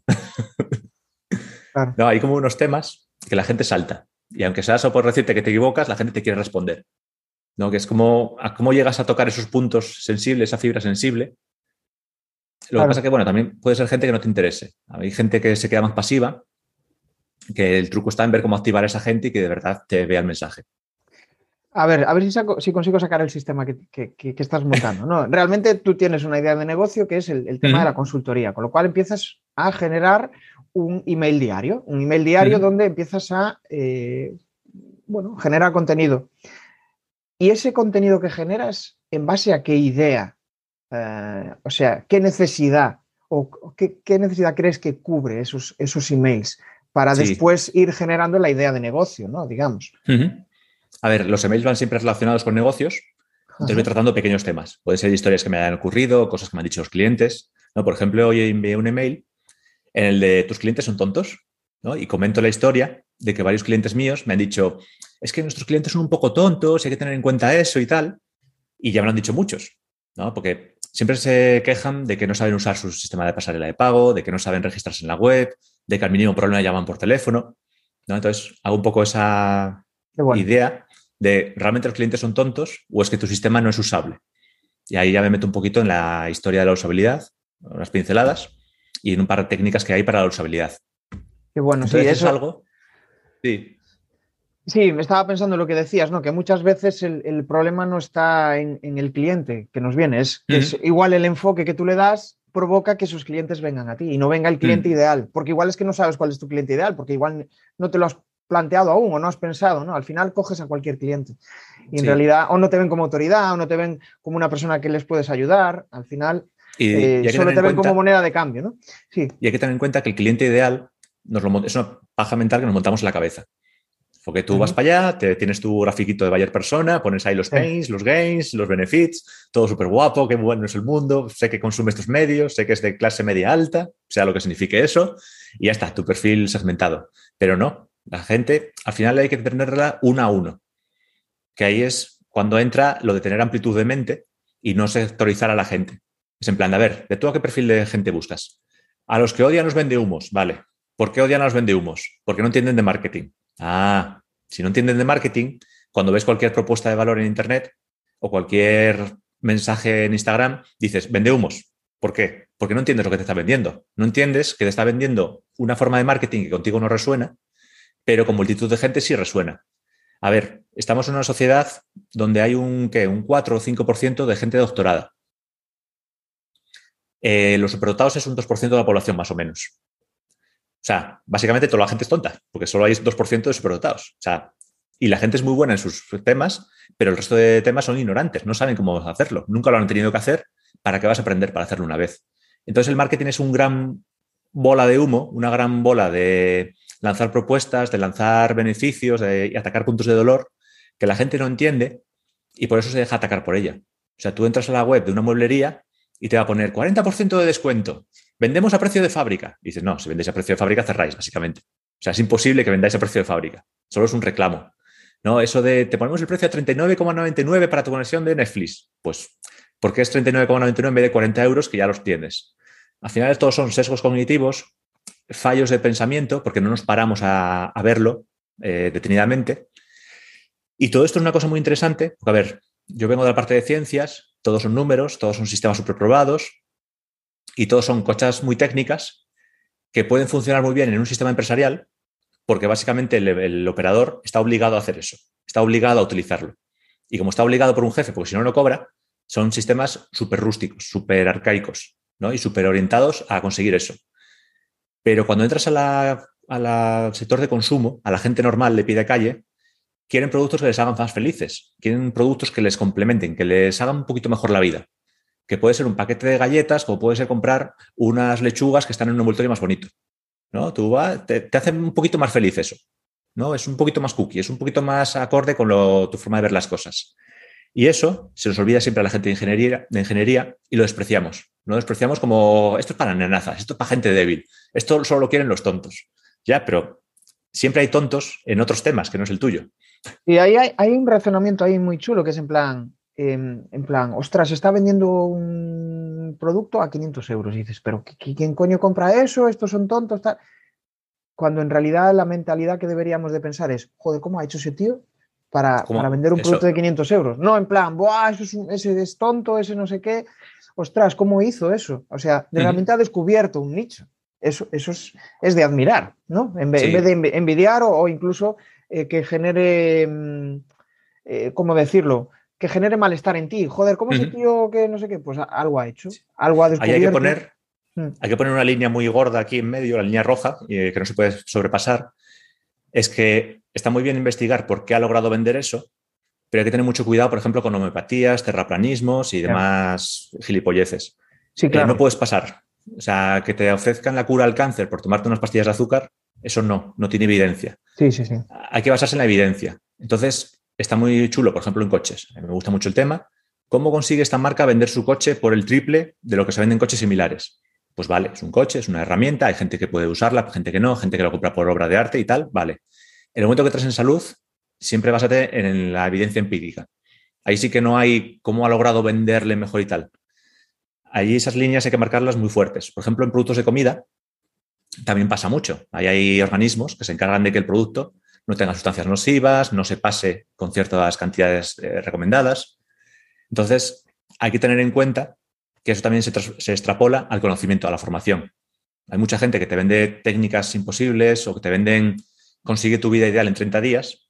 Claro. No, hay como unos temas que la gente salta. Y aunque sea eso por decirte que te equivocas, la gente te quiere responder, ¿no? Que es como, ¿cómo llegas a tocar esos puntos sensibles, esa fibra sensible? Lo claro. que pasa es que, bueno, también puede ser gente que no te interese. Hay gente que se queda más pasiva, que el truco está en ver cómo activar a esa gente y que de verdad te vea el mensaje. A ver, a ver si, saco, si consigo sacar el sistema que, que, que, que estás montando, ¿no? Realmente tú tienes una idea de negocio que es el, el tema uh-huh. de la consultoría, con lo cual empiezas a generar un email diario, un email diario uh-huh. donde empiezas a, eh, bueno, generar contenido. Y ese contenido que generas, ¿en base a qué idea? Uh, o sea, ¿qué necesidad o qué, qué necesidad crees que cubre esos, esos emails para sí. después ir generando la idea de negocio, ¿no? Digamos. Uh-huh. A ver, los emails van siempre relacionados con negocios Entonces voy tratando pequeños temas. Pueden ser historias que me hayan ocurrido, cosas que me han dicho los clientes, ¿no? Por ejemplo, hoy envié un email en el de tus clientes son tontos, ¿no? Y comento la historia de que varios clientes míos me han dicho, es que nuestros clientes son un poco tontos, hay que tener en cuenta eso y tal. Y ya me lo han dicho muchos, ¿no? Porque siempre se quejan de que no saben usar su sistema de pasarela de pago, de que no saben registrarse en la web, de que al mínimo problema llaman por teléfono, ¿no? Entonces hago un poco esa bueno. idea de ¿realmente los clientes son tontos o es que tu sistema no es usable? Y ahí ya me meto un poquito en la historia de la usabilidad, unas pinceladas, y en un par de técnicas que hay para la usabilidad. Qué bueno, Entonces, sí, eso eso... es algo... Sí. Sí, me estaba pensando en lo que decías, ¿no? Que muchas veces el, el problema no está en, en el cliente que nos viene, es que uh-huh. es igual el enfoque que tú le das provoca que sus clientes vengan a ti y no venga el cliente uh-huh. ideal, porque igual es que no sabes cuál es tu cliente ideal, porque igual no te lo has planteado aún o no has pensado, ¿no? Al final coges a cualquier cliente y en sí. realidad o no te ven como autoridad o no te ven como una persona que les puedes ayudar, al final y, eh, y solo te ven cuenta, como moneda de cambio, ¿no? Sí. Y hay que tener en cuenta que el cliente ideal nos lo, es una paja mental que nos montamos en la cabeza. Porque tú uh-huh. vas para allá, te, tienes tu grafiquito de buyer persona, pones ahí los pains, sí. los gains, los benefits, todo súper guapo, qué bueno es el mundo, sé que consume estos medios, sé que es de clase media alta, sea lo que signifique eso, y ya está, tu perfil segmentado. Pero no, la gente, al final hay que tenerla uno a uno, que ahí es cuando entra lo de tener amplitud de mente y no sectorizar a la gente. Es en plan, a ver, ¿de tú a qué perfil de gente buscas? A los que odian los vendehumos, vale. ¿Por qué odian a los vendehumos? Porque no entienden de marketing. Ah, si no entienden de marketing, cuando ves cualquier propuesta de valor en Internet o cualquier mensaje en Instagram, dices, vende humos. ¿Por qué? Porque no entiendes lo que te está vendiendo. No entiendes que te está vendiendo una forma de marketing que contigo no resuena, pero con multitud de gente sí resuena. A ver, estamos en una sociedad donde hay un, ¿qué? un cuatro o cinco por ciento de gente doctorada. Eh, los superdotados es un dos por ciento de la población, más o menos. O sea, básicamente toda la gente es tonta, porque solo hay dos por ciento de superdotados. O sea, y la gente es muy buena en sus temas, pero el resto de temas son ignorantes, no saben cómo hacerlo. Nunca lo han tenido que hacer. ¿Para qué vas a aprender para hacerlo una vez? Entonces el marketing es un gran bola de humo, una gran bola de lanzar propuestas, de lanzar beneficios, de atacar puntos de dolor que la gente no entiende y por eso se deja atacar por ella. O sea, tú entras a la web de una mueblería y te va a poner cuarenta por ciento de descuento. Vendemos a precio de fábrica. Y dices, no, si vendéis a precio de fábrica, cerráis, básicamente. O sea, es imposible que vendáis a precio de fábrica. Solo es un reclamo. ¿No? Eso de, te ponemos el precio a treinta y nueve coma noventa y nueve para tu conexión de Netflix. Pues, ¿por qué es treinta y nueve coma noventa y nueve en vez de cuarenta euros que ya los tienes? Al final, todos son sesgos cognitivos, fallos de pensamiento, porque no nos paramos a, a verlo eh, detenidamente. Y todo esto es una cosa muy interesante, porque, a ver, yo vengo de la parte de ciencias, todos son números, todos son sistemas superprobados, y todos son cosas muy técnicas que pueden funcionar muy bien en un sistema empresarial porque básicamente el, el operador está obligado a hacer eso, está obligado a utilizarlo. Y como está obligado por un jefe, porque si no, no cobra, son sistemas súper rústicos, súper arcaicos, ¿no? Y súper orientados a conseguir eso. Pero cuando entras a la, a la, al sector de consumo, a la gente normal de pie de calle, quieren productos que les hagan más felices, quieren productos que les complementen, que les hagan un poquito mejor la vida. Que puede ser un paquete de galletas, como puede ser comprar unas lechugas que están en un envoltorio más bonito, ¿no? Tú vas, te, te hacen un poquito más feliz eso, ¿no? Es un poquito más cookie, es un poquito más acorde con lo, tu forma de ver las cosas. Y eso se nos olvida siempre a la gente de ingeniería, de ingeniería y lo despreciamos. Lo despreciamos como, esto es para nenazas, esto es para gente débil, esto solo lo quieren los tontos. Ya, pero siempre hay tontos en otros temas que no es el tuyo. Y ahí hay, hay un razonamiento ahí muy chulo que es en plan... en plan, ostras, está vendiendo un producto a quinientos euros y dices, pero ¿quién coño compra eso? Estos son tontos, tal. Cuando en realidad la mentalidad que deberíamos de pensar es, joder, ¿cómo ha hecho ese tío para, para vender un eso? producto de quinientos euros? No, en plan, buah, eso es un, ese es tonto, ese no sé qué. Ostras, ¿cómo hizo eso? O sea, realmente uh-huh. ha descubierto un nicho. Eso, eso es, es de admirar, ¿no? En vez, sí. en vez de envidiar o, o incluso eh, que genere, eh, ¿cómo decirlo? Que genere malestar en ti. Joder, ¿cómo uh-huh. ese tío que no sé qué? Pues algo ha hecho, algo ha descubierto. Ahí hay que poner, uh-huh. hay que poner una línea muy gorda aquí en medio, la línea roja, eh, que no se puede sobrepasar. Es que está muy bien investigar por qué ha logrado vender eso, pero hay que tener mucho cuidado, por ejemplo, con homeopatías, terraplanismos y demás yeah. gilipolleces. Sí, claro. Eh, no puedes pasar. O sea, que te ofrezcan la cura al cáncer por tomarte unas pastillas de azúcar, eso no, no tiene evidencia. Sí, sí, sí. Hay que basarse en la evidencia. Entonces, está muy chulo, por ejemplo, en coches. A mí me gusta mucho el tema. ¿cómo consigue esta marca vender su coche por el triple de lo que se venden coches similares? Pues vale, es un coche, es una herramienta, hay gente que puede usarla, gente que no, gente que lo compra por obra de arte y tal, vale. En el momento que traes en salud, siempre básate en la evidencia empírica. Ahí sí que no hay cómo ha logrado venderle mejor y tal. Ahí esas líneas hay que marcarlas muy fuertes. Por ejemplo, en productos de comida también pasa mucho. Ahí hay organismos que se encargan de que el producto no tenga sustancias nocivas, no se pase con ciertas cantidades eh, recomendadas. Entonces, hay que tener en cuenta que eso también se, se extrapola al conocimiento, a la formación. Hay mucha gente que te vende técnicas imposibles o que te venden consigue tu vida ideal en treinta días,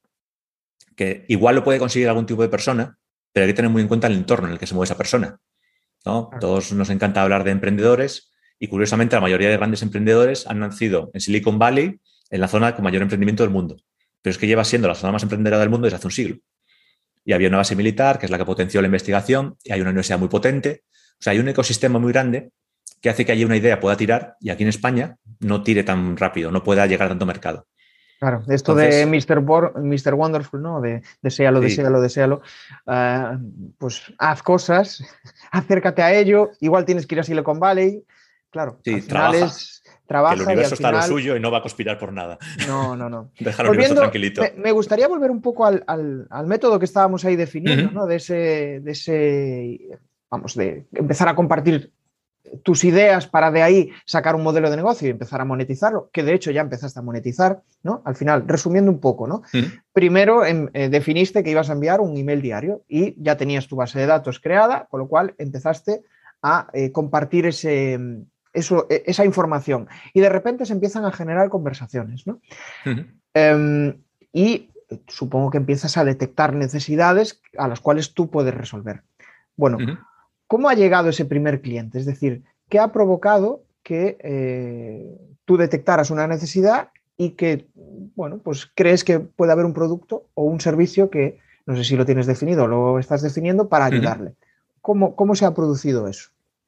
que igual lo puede conseguir algún tipo de persona, pero hay que tener muy en cuenta el entorno en el que se mueve esa persona, ¿no? Ah. Todos nos encanta hablar de emprendedores y, curiosamente, la mayoría de grandes emprendedores han nacido en Silicon Valley, en la zona con mayor emprendimiento del mundo. Pero es que lleva siendo la zona más emprendedora del mundo desde hace un siglo. Y había una base militar, que es la que potenció la investigación, y hay una universidad muy potente. O sea, hay un ecosistema muy grande que hace que haya una idea pueda tirar y aquí en España no tire tan rápido, no pueda llegar a tanto mercado. Claro, esto Entonces, de mister Bor- mister Wonderful, ¿no? De deséalo, sí. deséalo, deséalo. Uh, pues haz cosas, acércate a ello. Igual tienes que ir a Silicon Valley. Claro, sí, al final trabaja. es... Trabaja que el universo y al está final... a lo suyo y no va a conspirar por nada. No, no, no. Deja el universo tranquilito. Me, me gustaría volver un poco al, al, al método que estábamos ahí definiendo, uh-huh. ¿no? De ese, de ese, vamos, de empezar a compartir tus ideas para de ahí sacar un modelo de negocio y empezar a monetizarlo, que de hecho ya empezaste a monetizar, ¿no? Al final, resumiendo un poco, ¿no? Uh-huh. Primero en, eh, definiste que ibas a enviar un email diario y ya tenías tu base de datos creada, con lo cual empezaste a eh, compartir ese... Eso, esa información y de repente se empiezan a generar conversaciones, ¿no? Uh-huh. Um, y supongo que empiezas a detectar necesidades a las cuales tú puedes resolver. Bueno, uh-huh. ¿Cómo ha llegado ese primer cliente? Es decir, ¿qué ha provocado que eh, tú detectaras una necesidad y que, bueno, pues crees que puede haber un producto o un servicio que, no sé si lo tienes definido o lo estás definiendo, para ayudarle? Uh-huh. ¿Cómo, cómo se ha producido eso?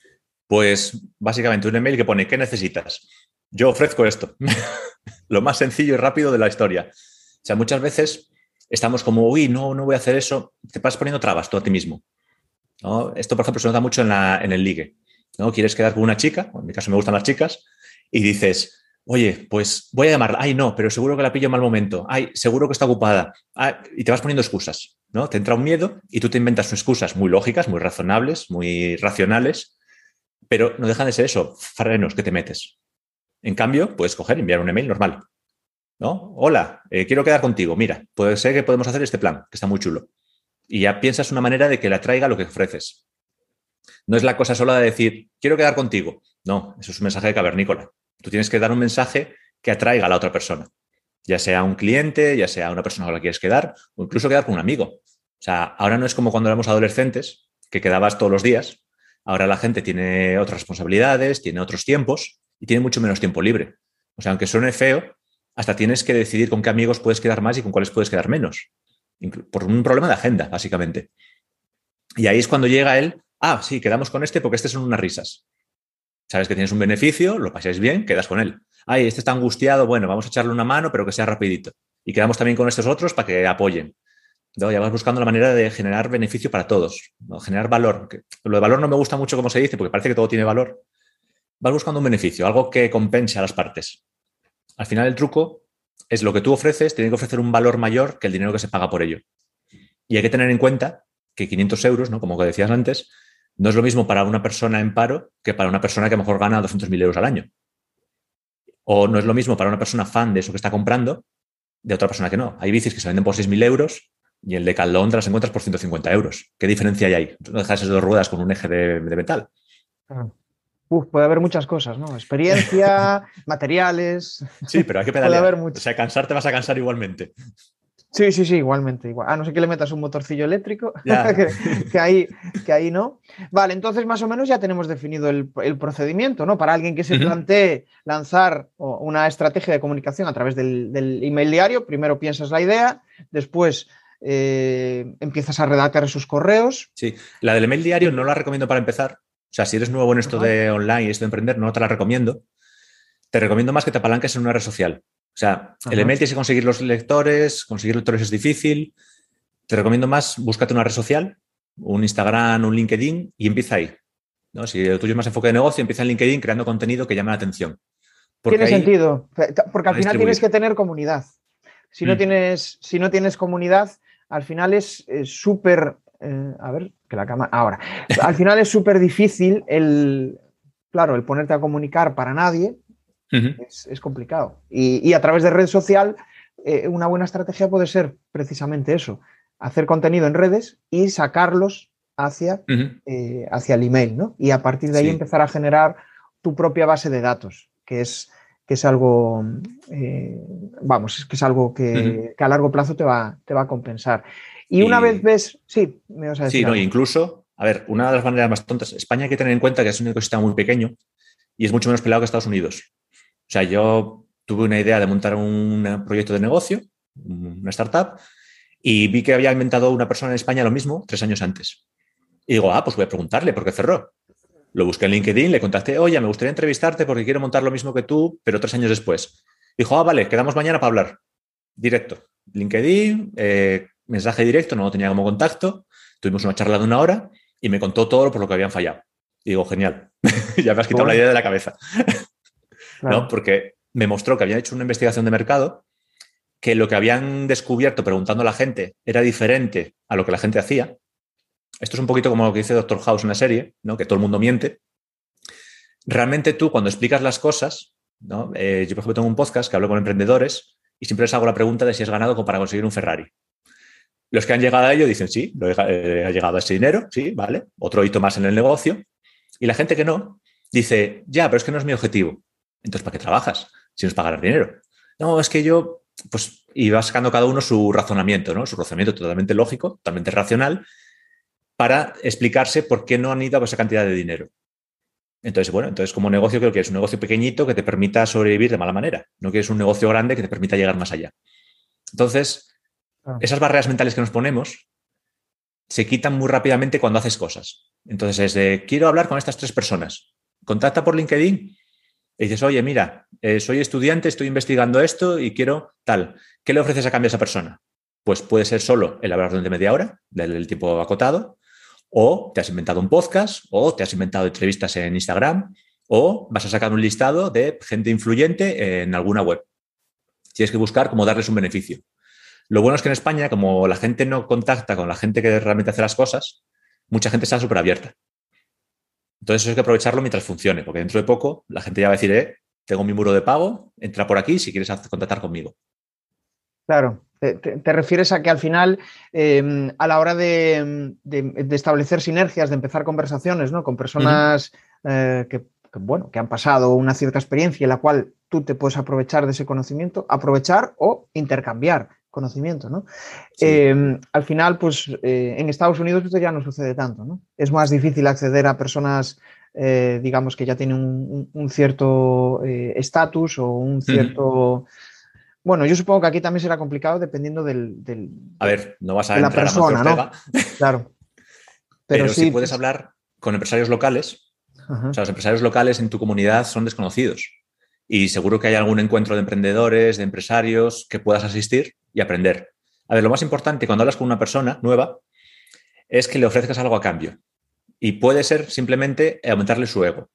Pues básicamente un email que pone ¿qué necesitas? Yo ofrezco esto. Lo más sencillo y rápido de la historia. O sea, muchas veces estamos como, uy, no, no voy a hacer eso. Te vas poniendo trabas tú a ti mismo, ¿no? Esto, por ejemplo, se nota mucho en, la, en el ligue, ¿no? Quieres quedar con una chica, en mi caso me gustan las chicas, y dices, oye, pues voy a llamarla. Ay, no, pero seguro que la pillo en mal momento. Ay, seguro que está ocupada. Ay, y te vas poniendo excusas, ¿no? Te entra un miedo y tú te inventas excusas muy lógicas, muy razonables, muy racionales, pero no dejan de ser eso, frenos que te metes. En cambio, puedes coger y enviar un email normal, ¿no? Hola, eh, quiero quedar contigo. Mira, puede ser que podemos hacer este plan, que está muy chulo. Y ya piensas una manera de que le atraiga lo que ofreces. No es la cosa sola de decir, quiero quedar contigo. No, eso es un mensaje de cavernícola. Tú tienes que dar un mensaje que atraiga a la otra persona. Ya sea un cliente, ya sea una persona con la que quieres quedar, o incluso quedar con un amigo. O sea, ahora no es como cuando éramos adolescentes, que quedabas todos los días. Ahora la gente tiene otras responsabilidades, tiene otros tiempos y tiene mucho menos tiempo libre. O sea, aunque suene feo, hasta tienes que decidir con qué amigos puedes quedar más y con cuáles puedes quedar menos. Por un problema de agenda, básicamente. Y ahí es cuando llega él, ah, sí, quedamos con este porque este son unas risas. Sabes que tienes un beneficio, lo pasáis bien, quedas con él. Ay, este está angustiado, bueno, vamos a echarle una mano, pero que sea rapidito. Y quedamos también con estos otros para que apoyen. ¿No? Ya vas buscando la manera de generar beneficio para todos, ¿no? Generar valor. Lo de valor no me gusta mucho como se dice, porque parece que todo tiene valor. Vas buscando un beneficio, algo que compense a las partes. Al final el truco es lo que tú ofreces, tiene que ofrecer un valor mayor que el dinero que se paga por ello. Y hay que tener en cuenta que quinientos euros, ¿no? Como decías antes, no es lo mismo para una persona en paro que para una persona que a lo mejor gana doscientos mil euros al año. O no es lo mismo para una persona fan de eso que está comprando de otra persona que no. Hay bicis que se venden por seis mil euros y el Decathlon te las encuentras por ciento cincuenta euros. ¿Qué diferencia hay ahí? No dejas esas dos ruedas con un eje de, de metal. Uf, puede haber muchas cosas, ¿no? Experiencia, materiales... Sí, pero hay que pedalear. Puede haber mucho. O sea, cansar te vas a cansar igualmente. Sí, sí, sí, igualmente. Igual. A no ser que le metas un motorcillo eléctrico, que, que, ahí, que ahí no. Vale, entonces más o menos ya tenemos definido el, el procedimiento, ¿no? Para alguien que se uh-huh. plantee lanzar una estrategia de comunicación a través del, del email diario, primero piensas la idea, después... Eh, empiezas a redactar esos correos. Sí, la del email diario no la recomiendo para empezar. O sea, si eres nuevo en esto uh-huh. de online y esto de emprender, no te la recomiendo. Te recomiendo más que te apalanques en una red social. O sea, uh-huh. el email tienes que conseguir los lectores, conseguir lectores es difícil. Te recomiendo más, búscate una red social un Instagram, un LinkedIn y empieza ahí, ¿no? Si el tuyo es más enfoque de negocio, empieza en LinkedIn creando contenido que llame la atención. Porque Tiene ahí, sentido, porque al final distribuir. Tienes que tener comunidad. Si no, mm. tienes, si no tienes comunidad, al final es súper... Eh, a ver, que la cámara... Ahora. Al final es súper difícil el... Claro, el ponerte a comunicar para nadie uh-huh. es, es complicado. Y, y a través de red social, eh, una buena estrategia puede ser precisamente eso. Hacer contenido en redes y sacarlos hacia, uh-huh. eh, hacia el email, ¿no? Y a partir de ahí sí. empezar a generar tu propia base de datos, que es... que es algo, eh, vamos, es que es algo que, uh-huh. que a largo plazo te va, te va a compensar. Y, y una vez ves, sí, me vas a decir. Sí, no, incluso, a ver, una de las maneras más tontas, España hay que tener en cuenta que es un ecosistema muy pequeño y es mucho menos pelado que Estados Unidos. O sea, yo tuve una idea de montar un proyecto de negocio, una startup, y vi que había inventado una persona en España lo mismo tres años antes. Y digo, ah, pues voy a preguntarle por qué cerró. Lo busqué en LinkedIn, le contacté, oye, me gustaría entrevistarte porque quiero montar lo mismo que tú, pero tres años después. Dijo, ah, vale, quedamos mañana para hablar. Directo. LinkedIn, eh, mensaje directo, no lo tenía como contacto. Tuvimos una charla de una hora y me contó todo por lo que habían fallado. Y digo, genial, ya me has quitado bueno. la idea de la cabeza. Claro. ¿No? Porque me mostró que habían hecho una investigación de mercado, que lo que habían descubierto preguntando a la gente era diferente a lo que la gente hacía. Esto es un poquito como lo que dice Doctor House en la serie, ¿no? Que todo el mundo miente. Realmente tú, cuando explicas las cosas, ¿no? Eh, yo, por ejemplo, tengo un podcast que hablo con emprendedores y siempre les hago la pregunta de si has ganado como para conseguir un Ferrari. Los que han llegado a ello dicen, sí, lo he, eh, ha llegado a ese dinero, sí, vale, otro hito más en el negocio. Y la gente que no, dice, ya, pero es que no es mi objetivo. Entonces, ¿para qué trabajas si no es para ganar dinero? No, es que yo, pues, y va sacando cada uno su razonamiento, ¿no? Su razonamiento totalmente lógico, totalmente racional, para explicarse por qué no han ido a esa cantidad de dinero. Entonces, bueno, entonces como negocio creo que es un negocio pequeñito que te permita sobrevivir de mala manera, no que es un negocio grande que te permita llegar más allá. Entonces, ah. esas barreras mentales que nos ponemos se quitan muy rápidamente cuando haces cosas. Entonces es de, quiero hablar con estas tres personas. Contacta por LinkedIn y dices, oye, mira, eh, soy estudiante, estoy investigando esto y quiero tal. ¿Qué le ofreces a cambio a esa persona? Pues puede ser solo el hablar durante media hora, del tiempo acotado, o te has inventado un podcast, o te has inventado entrevistas en Instagram, o vas a sacar un listado de gente influyente en alguna web. Tienes que buscar cómo darles un beneficio. Lo bueno es que en España, como la gente no contacta con la gente que realmente hace las cosas, mucha gente está súper abierta. Entonces eso hay que aprovecharlo mientras funcione, porque dentro de poco la gente ya va a decir, eh, tengo mi muro de pago, entra por aquí si quieres contactar conmigo. Claro. Te, te, te refieres a que al final, eh, a la hora de, de, de establecer sinergias, de empezar conversaciones, ¿no? Con personas uh-huh. eh, que, que, bueno, que han pasado una cierta experiencia en la cual tú te puedes aprovechar de ese conocimiento, aprovechar o intercambiar conocimiento, ¿no? Sí. Eh, al final, pues eh, en Estados Unidos esto ya no sucede tanto, ¿no? Es más difícil acceder a personas, eh, digamos, que ya tienen un, un cierto estatus o un cierto... Uh-huh. Bueno, yo supongo que aquí también será complicado dependiendo del... del a ver, no vas a entrar persona, a Mancio Ortega, ¿no? Claro. Pero, pero sí, sí puedes pues... hablar con empresarios locales. Uh-huh. O sea, los empresarios locales en tu comunidad son desconocidos. Y seguro que hay algún encuentro de emprendedores, de empresarios, que puedas asistir y aprender. A ver, lo más importante cuando hablas con una persona nueva es que le ofrezcas algo a cambio. Y puede ser simplemente aumentarle su ego.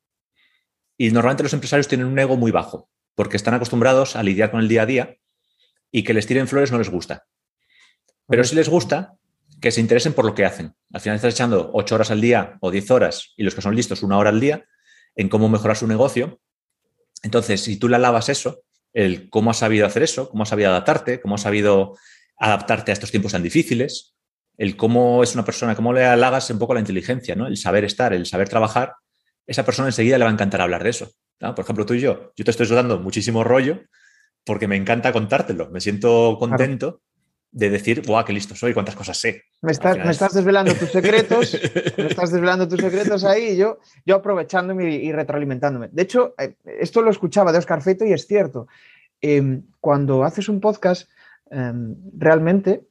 Y normalmente los empresarios tienen un ego muy bajo, porque están acostumbrados a lidiar con el día a día y que les tiren flores no les gusta. Pero sí les gusta que se interesen por lo que hacen. Al final estás echando ocho horas al día o diez horas, y los que son listos una hora al día, en cómo mejorar su negocio. Entonces, si tú le alabas eso, el cómo has sabido hacer eso, cómo has sabido adaptarte, cómo has sabido adaptarte a estos tiempos tan difíciles, el cómo es una persona, cómo le halagas un poco la inteligencia, ¿no? El saber estar, el saber trabajar, esa persona enseguida le va a encantar hablar de eso, ¿no? Por ejemplo, tú y yo, yo te estoy dando muchísimo rollo porque me encanta contártelo, me siento contento claro. de decir, ¡guau, qué listo soy! ¿Cuántas cosas sé? Me estás, me es... estás desvelando tus secretos, me estás desvelando tus secretos ahí y yo, yo aprovechándome y, y retroalimentándome. De hecho, esto lo escuchaba de Óscar Feito y es cierto. Eh, cuando haces un podcast, eh, realmente,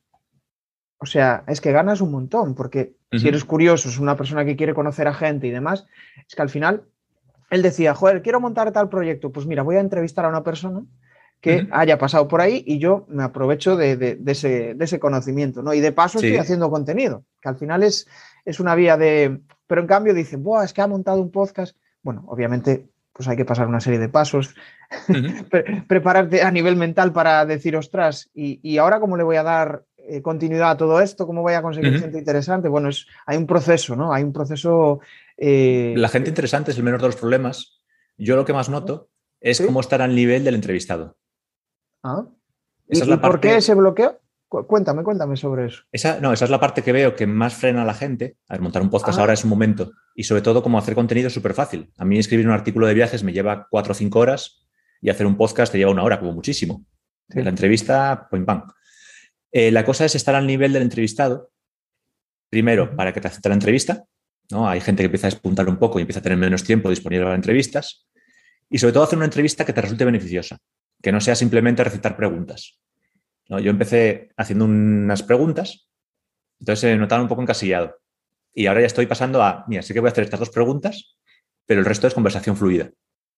o sea, es que ganas un montón, porque uh-huh. si eres curioso, es una persona que quiere conocer a gente y demás, es que al final él decía, joder, quiero montar tal proyecto, pues mira, voy a entrevistar a una persona que uh-huh. haya pasado por ahí y yo me aprovecho de, de, de, ese, de ese conocimiento, ¿no? Y de paso sí. estoy haciendo contenido, que al final es, es una vía de... Pero en cambio dicen, Buah, es que ha montado un podcast. Bueno, obviamente, pues hay que pasar una serie de pasos, uh-huh. Pre- prepararte a nivel mental para decir, ostras, ¿y, y ahora cómo le voy a dar eh, continuidad a todo esto? ¿Cómo voy a conseguir uh-huh. gente interesante? Bueno, es, hay un proceso, ¿no? Hay un proceso... Eh... La gente interesante es el menor de los problemas. Yo lo que más noto es ¿Sí? cómo estar al nivel del entrevistado. Ah. ¿Y, es la ¿y parte... por qué ese bloqueo? Cuéntame, cuéntame sobre eso. Esa, no, esa es la parte que veo que más frena a la gente. A ver, montar un podcast ah. ahora es un momento. Y sobre todo, cómo hacer contenido es súper fácil. A mí escribir un artículo de viajes me lleva cuatro o cinco horas y hacer un podcast te lleva una hora, como muchísimo. Sí. La entrevista, pim, pam. Eh, la cosa es estar al nivel del entrevistado. Primero, uh-huh. para que te acepte la entrevista, ¿no? Hay gente que empieza a despuntar un poco y empieza a tener menos tiempo disponible para entrevistas. Y sobre todo, hacer una entrevista que te resulte beneficiosa. Que no sea simplemente recitar preguntas. ¿No? Yo empecé haciendo unas preguntas, entonces se notaba un poco encasillado. Y ahora ya estoy pasando a, mira, sí que voy a hacer estas dos preguntas, pero el resto es conversación fluida.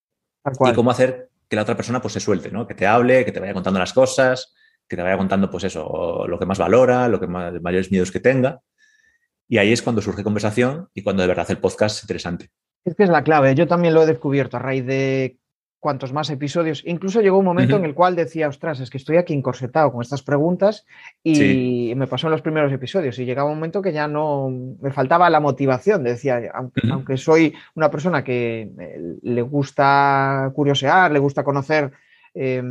Y cómo hacer que la otra persona pues se suelte, ¿no? Que te hable, que te vaya contando las cosas, que te vaya contando pues eso, lo que más valora, lo que más, mayores miedos que tenga. Y ahí es cuando surge conversación y cuando de verdad el podcast es interesante. Es que es la clave. Yo también lo he descubierto a raíz de cuantos más episodios. Incluso llegó un momento uh-huh. en el cual decía, ostras, es que estoy aquí encorsetado con estas preguntas y sí. me pasó en los primeros episodios y llegaba un momento que ya no, me faltaba la motivación. Decía, aunque, uh-huh. aunque soy una persona que le gusta curiosear, le gusta conocer, eh,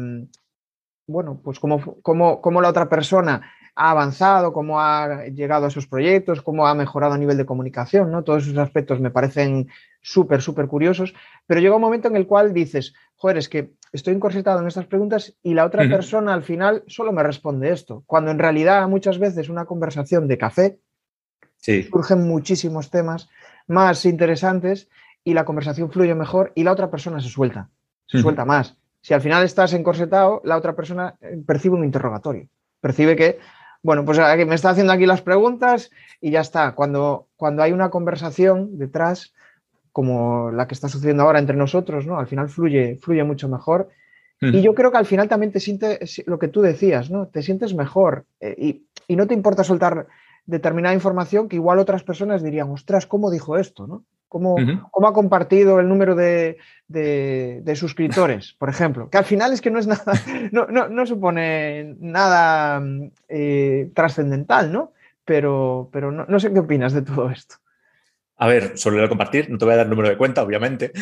bueno, pues cómo, cómo, cómo la otra persona ha avanzado, cómo ha llegado a esos proyectos, cómo ha mejorado a nivel de comunicación, ¿no? Todos esos aspectos me parecen súper, súper curiosos, pero llega un momento en el cual dices, joder, es que estoy encorsetado en estas preguntas y la otra uh-huh. persona al final solo me responde esto, cuando en realidad muchas veces una conversación de café sí. surgen muchísimos temas más interesantes y la conversación fluye mejor y la otra persona se suelta, se uh-huh. suelta más. Si al final estás encorsetado, la otra persona percibe un interrogatorio, percibe que bueno, pues me está haciendo aquí las preguntas y ya está. Cuando, cuando hay una conversación detrás, como la que está sucediendo ahora entre nosotros, ¿no? Al final fluye, fluye mucho mejor. Mm. Y yo creo que al final también te sientes, lo que tú decías, ¿no? Te sientes mejor eh, y, y no te importa soltar determinada información que igual otras personas dirían, ostras, ¿cómo dijo esto, no? ¿Cómo, uh-huh. ¿Cómo ha compartido el número de, de, de suscriptores, por ejemplo? Que al final es que no es nada, no, no, no supone nada eh, trascendental, ¿no? Pero, pero no, no sé qué opinas de todo esto. A ver, sobre lo compartir, no te voy a dar número de cuenta, obviamente.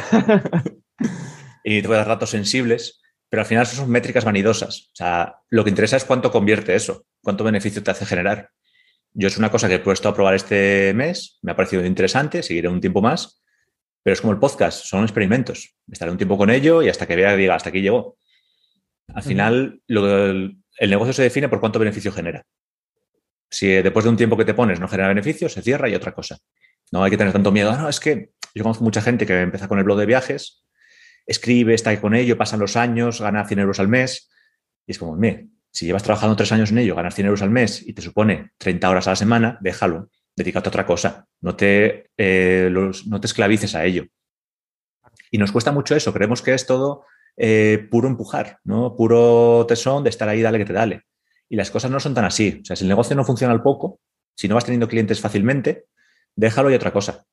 Y te voy a dar datos sensibles, pero al final son métricas vanidosas. O sea, lo que interesa es cuánto convierte eso, cuánto beneficio te hace generar. Yo es una cosa que he puesto a probar este mes, me ha parecido interesante, seguiré un tiempo más, pero es como el podcast, son experimentos. Estaré un tiempo con ello y hasta que vea, diga, hasta aquí llegó. Al final, lo, el, el negocio se define por cuánto beneficio genera. Si después de un tiempo que te pones no genera beneficio, se cierra y otra cosa. No hay que tener tanto miedo. Ah, no, es que yo conozco mucha gente que empieza con el blog de viajes, escribe, está ahí con ello, pasan los años, gana cien euros al mes y es como, me, si llevas trabajando tres años en ello, ganas cien euros al mes y te supone treinta horas a la semana, déjalo, dedícate a otra cosa, no te, eh, los, no te esclavices a ello. Y nos cuesta mucho eso, creemos que es todo eh, puro empujar, ¿no? Puro tesón de estar ahí, dale que te dale. Y las cosas no son tan así. O sea, si el negocio no funciona al poco, si no vas teniendo clientes fácilmente, déjalo y otra cosa.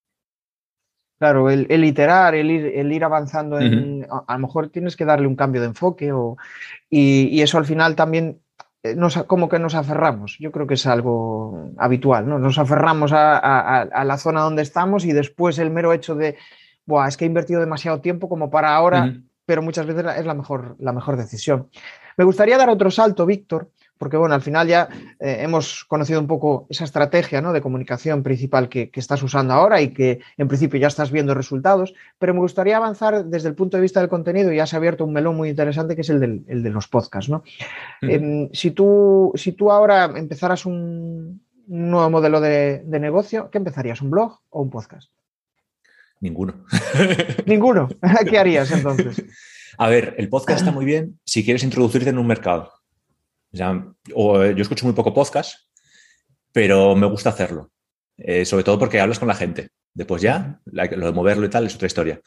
Claro, el, el iterar, el ir, el ir avanzando, en, uh-huh. a, a lo mejor tienes que darle un cambio de enfoque o, y, y eso al final también nos, como que nos aferramos. Yo creo que es algo habitual, ¿no? Nos aferramos a, a, a la zona donde estamos y después el mero hecho de, buah, es que he invertido demasiado tiempo como para ahora, uh-huh. pero muchas veces es la mejor, la mejor decisión. Me gustaría dar otro salto, Víctor, porque bueno, al final ya eh, hemos conocido un poco esa estrategia, ¿no?, de comunicación principal que, que estás usando ahora y que en principio ya estás viendo resultados, pero me gustaría avanzar desde el punto de vista del contenido y ya se ha abierto un melón muy interesante que es el, del, el de los podcasts, ¿no? Uh-huh. Eh, si, tú, si tú ahora empezaras un, un nuevo modelo de, de negocio, ¿qué empezarías? ¿Un blog o un podcast? Ninguno. ¿Ninguno? ¿Qué harías entonces? A ver, el podcast está muy bien si quieres introducirte en un mercado. O sea, o, yo escucho muy poco podcast, pero me gusta hacerlo. Eh, sobre todo porque hablas con la gente. Después ya, la, lo de moverlo y tal es otra historia.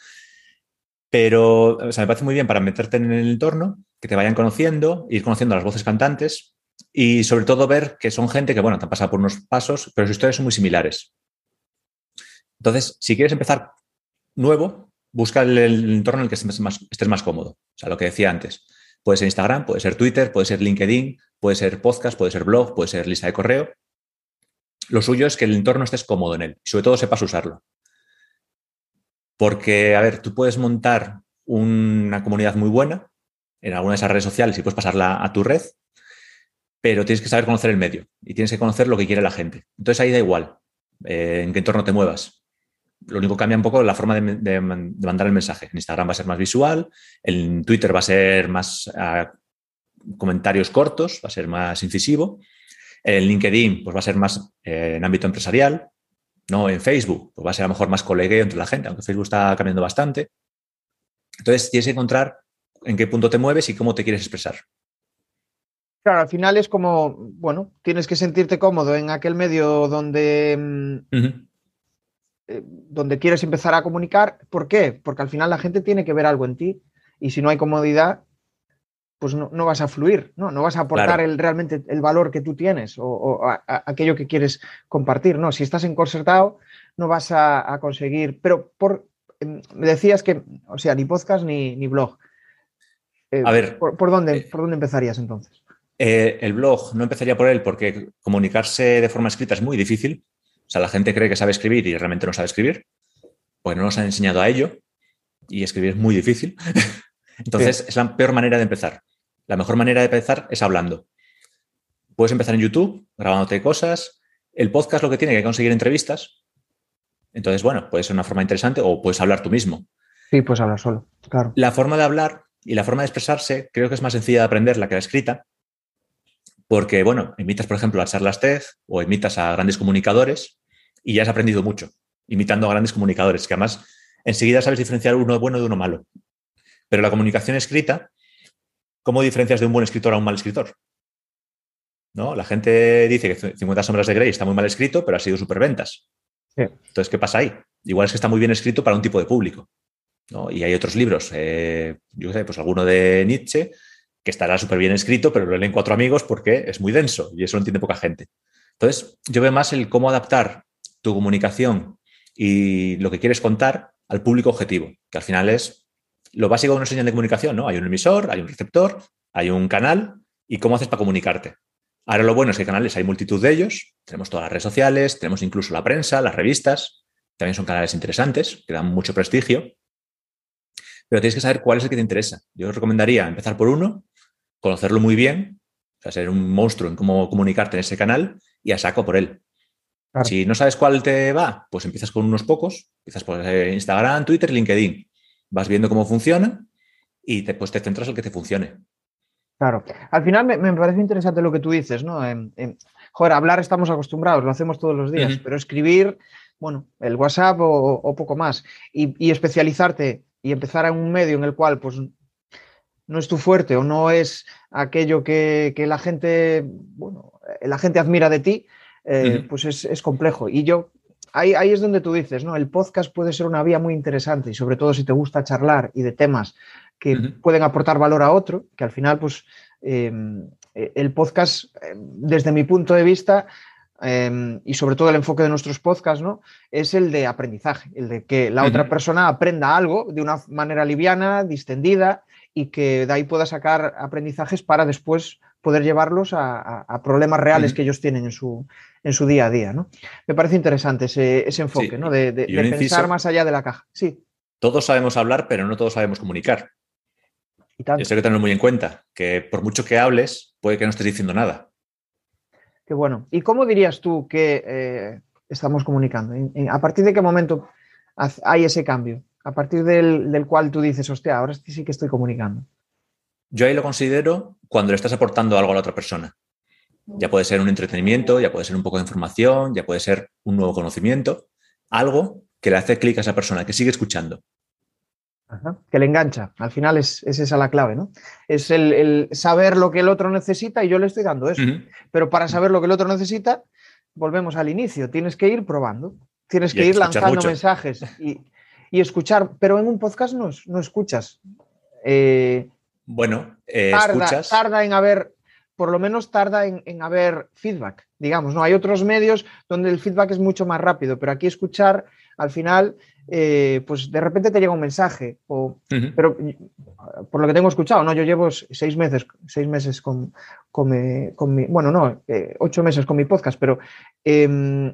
Pero o sea, me parece muy bien para meterte en el entorno, que te vayan conociendo, ir conociendo a las voces cantantes y sobre todo ver que son gente que, bueno, te han pasado por unos pasos, pero sus historias son muy similares. Entonces, si quieres empezar nuevo, busca el, el entorno en el que estés más, estés más cómodo. O sea, lo que decía antes. Puede ser Instagram, puede ser Twitter, puede ser LinkedIn, puede ser podcast, puede ser blog, puede ser lista de correo. Lo suyo es que el entorno estés cómodo en él y sobre todo sepas usarlo. Porque, a ver, tú puedes montar una comunidad muy buena en alguna de esas redes sociales y puedes pasarla a tu red, pero tienes que saber conocer el medio y tienes que conocer lo que quiere la gente. Entonces ahí da igual eh, en qué entorno te muevas. Lo único que cambia un poco la forma de, de, de mandar el mensaje. En Instagram va a ser más visual, en Twitter va a ser más uh, comentarios cortos, va a ser más incisivo. En LinkedIn pues va a ser más eh, en ámbito empresarial. ¿No? En Facebook pues va a ser a lo mejor más colegueo entre la gente, aunque Facebook está cambiando bastante. Entonces tienes que encontrar en qué punto te mueves y cómo te quieres expresar. Claro, al final es como, bueno, tienes que sentirte cómodo en aquel medio donde, uh-huh. eh, donde quieres empezar a comunicar. ¿Por qué? Porque al final la gente tiene que ver algo en ti y si no hay comodidad, pues no, no vas a fluir, ¿no? No vas a aportar claro. el, realmente el valor que tú tienes o, o a, a aquello que quieres compartir, ¿no? Si estás encorsetado, no vas a, a conseguir. Pero por, eh, me decías que, o sea, ni podcast ni, ni blog. Eh, a ver. ¿por, por, dónde, eh, ¿Por dónde empezarías entonces? Eh, el blog no empezaría por él porque comunicarse de forma escrita es muy difícil. O sea, la gente cree que sabe escribir y realmente no sabe escribir. Pues no nos han enseñado a ello y escribir es muy difícil. Entonces, sí. Es la peor manera de empezar. La mejor manera de empezar es hablando. Puedes empezar en YouTube, grabándote cosas. El podcast lo que tiene que conseguir entrevistas. Entonces, bueno, puede ser una forma interesante o puedes hablar tú mismo. Sí, puedes hablar solo, claro. La forma de hablar y la forma de expresarse creo que es más sencilla de aprender la que la escrita. Porque, bueno, imitas, por ejemplo, a charlas TED o imitas a grandes comunicadores y ya has aprendido mucho imitando a grandes comunicadores, que además enseguida sabes diferenciar uno bueno de uno malo. Pero la comunicación escrita, ¿cómo diferencias de un buen escritor a un mal escritor? ¿No? La gente dice que cincuenta sombras de Grey está muy mal escrito, pero ha sido superventas. Sí. Entonces, ¿qué pasa ahí? Igual es que está muy bien escrito para un tipo de público, ¿no? Y hay otros libros, eh, yo sé, pues alguno de Nietzsche, que estará súper bien escrito, pero lo leen cuatro amigos porque es muy denso y eso lo entiende poca gente. Entonces, yo veo más el cómo adaptar tu comunicación y lo que quieres contar al público objetivo, que al final es lo básico de una señal de comunicación, ¿no? Hay un emisor, hay un receptor, hay un canal y cómo haces para comunicarte. Ahora lo bueno es que canales hay multitud de ellos, tenemos todas las redes sociales, tenemos incluso la prensa, las revistas, también son canales interesantes, que dan mucho prestigio, pero tienes que saber cuál es el que te interesa. Yo os recomendaría empezar por uno, conocerlo muy bien, o sea, ser un monstruo en cómo comunicarte en ese canal y a saco por él. Claro. Si no sabes cuál te va, pues empiezas con unos pocos, empiezas por Instagram, Twitter, LinkedIn, vas viendo cómo funciona y después te centras en el que te funcione. Claro. Al final me, me parece interesante lo que tú dices, ¿no? En, en, joder, hablar estamos acostumbrados, lo hacemos todos los días, uh-huh. pero escribir, bueno, el WhatsApp o, o poco más. Y, y especializarte y empezar en un medio en el cual, pues, no es tu fuerte o no es aquello que, que la gente, bueno, la gente admira de ti, eh, uh-huh. pues es, es complejo. Y yo, ahí, ahí es donde tú dices, ¿no? El podcast puede ser una vía muy interesante y sobre todo si te gusta charlar y de temas que uh-huh. pueden aportar valor a otro, que al final, pues, eh, el podcast, eh, desde mi punto de vista, eh, y sobre todo el enfoque de nuestros podcasts, ¿no? Es el de aprendizaje, el de que la uh-huh. otra persona aprenda algo de una manera liviana, distendida, y que de ahí pueda sacar aprendizajes para después poder llevarlos a, a, a problemas reales uh-huh. que ellos tienen en su, en su día a día, ¿no? Me parece interesante ese, ese enfoque, sí. ¿no? De, de, de pensar inciso, más allá de la caja. Sí. Todos sabemos hablar, pero no todos sabemos comunicar. Y Esto hay que tenerlo muy en cuenta, que por mucho que hables, puede que no estés diciendo nada. Qué bueno. ¿Y cómo dirías tú que eh, estamos comunicando? ¿A partir de qué momento hay ese cambio? A partir del, del cual tú dices, hostia, ahora sí que estoy comunicando. Yo ahí lo considero cuando le estás aportando algo a la otra persona. Ya puede ser un entretenimiento, ya puede ser un poco de información, ya puede ser un nuevo conocimiento, algo que le hace clic a esa persona, que sigue escuchando. Ajá, que le engancha. Al final es, es esa la clave, ¿no? Es el, el saber lo que el otro necesita y yo le estoy dando eso. Uh-huh. Pero para saber lo que el otro necesita, volvemos al inicio. Tienes que ir probando, tienes que ir lanzando mucho. mensajes y, y escuchar. Pero en un podcast no, no escuchas. Eh, bueno, eh, tarda, escuchas. Tarda en haber por lo menos tarda en, en haber feedback, digamos, ¿no? Hay otros medios donde el feedback es mucho más rápido, pero aquí escuchar, al final, eh, pues de repente te llega un mensaje, o, uh-huh. pero por lo que tengo escuchado, ¿no? Yo llevo seis meses, seis meses con, con, mi, con mi, bueno, no, eh, ocho meses con mi podcast, pero eh,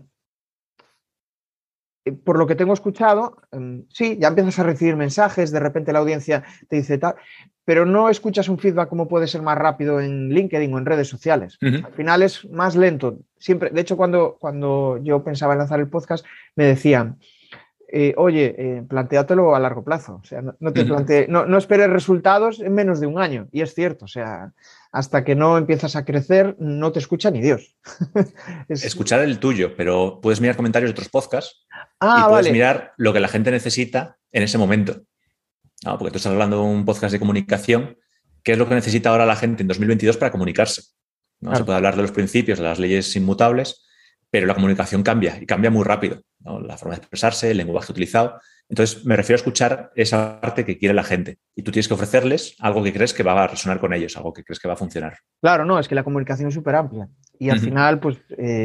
por lo que tengo escuchado, eh, sí, ya empiezas a recibir mensajes, de repente la audiencia te dice tal, pero no escuchas un feedback como puede ser más rápido en LinkedIn o en redes sociales. Uh-huh. Al final es más lento. Siempre, de hecho, cuando, cuando yo pensaba en lanzar el podcast, me decían, eh, oye, eh, plantéatelo a largo plazo. O sea, no, no te uh-huh. plante, no, no esperes resultados en menos de un año. Y es cierto, o sea, hasta que no empiezas a crecer, no te escucha ni Dios. es... Escuchar el tuyo, pero puedes mirar comentarios de otros podcasts ah, y puedes vale. mirar lo que la gente necesita en ese momento. No, porque tú estás hablando de un podcast de comunicación. ¿Qué es lo que necesita ahora la gente en dos mil veintidós para comunicarse? ¿No? Claro. Se puede hablar de los principios, de las leyes inmutables, pero la comunicación cambia y cambia muy rápido, ¿no? La forma de expresarse, el lenguaje utilizado. Entonces, me refiero a escuchar esa parte que quiere la gente y tú tienes que ofrecerles algo que crees que va a resonar con ellos, algo que crees que va a funcionar. Claro, no, es que la comunicación es súper amplia y al uh-huh. final, pues,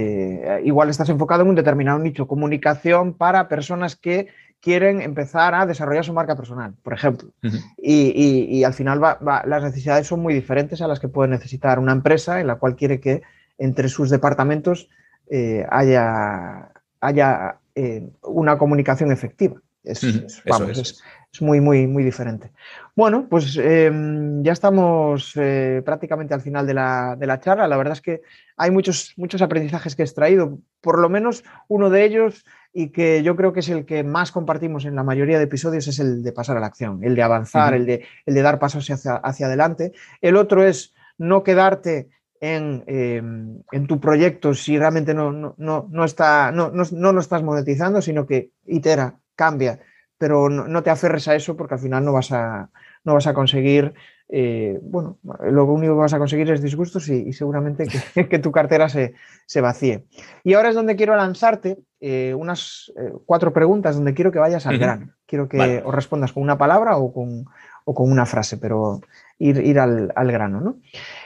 eh, igual estás enfocado en un determinado nicho, comunicación para personas que quieren empezar a desarrollar su marca personal, por ejemplo. Uh-huh. Y, y, y al final va, va, las necesidades son muy diferentes a las que puede necesitar una empresa en la cual quiere que entre sus departamentos eh, haya, haya eh, una comunicación efectiva. Es, uh-huh. es, vamos, es. Es, es muy, muy, muy diferente. Bueno, pues eh, ya estamos eh, prácticamente al final de la, de la charla. La verdad es que hay muchos, muchos aprendizajes que he extraído, por lo menos uno de ellos, y que yo creo que es el que más compartimos en la mayoría de episodios, es el de pasar a la acción, el de avanzar, uh-huh. el, de, el de dar pasos hacia, hacia adelante. El otro es no quedarte en, eh, en tu proyecto si realmente no, no, no, no, está, no, no, no lo estás monetizando, sino que itera, cambia, pero no, no te aferres a eso porque al final no vas a, no vas a conseguir, eh, bueno, lo único que vas a conseguir es disgustos y, y seguramente que, que tu cartera se, se vacíe. Y ahora es donde quiero lanzarte eh, unas eh, cuatro preguntas donde quiero que vayas al uh-huh. grano. Quiero que vale. os respondas con una palabra o con, o con una frase, pero ir, ir al, al grano, ¿no?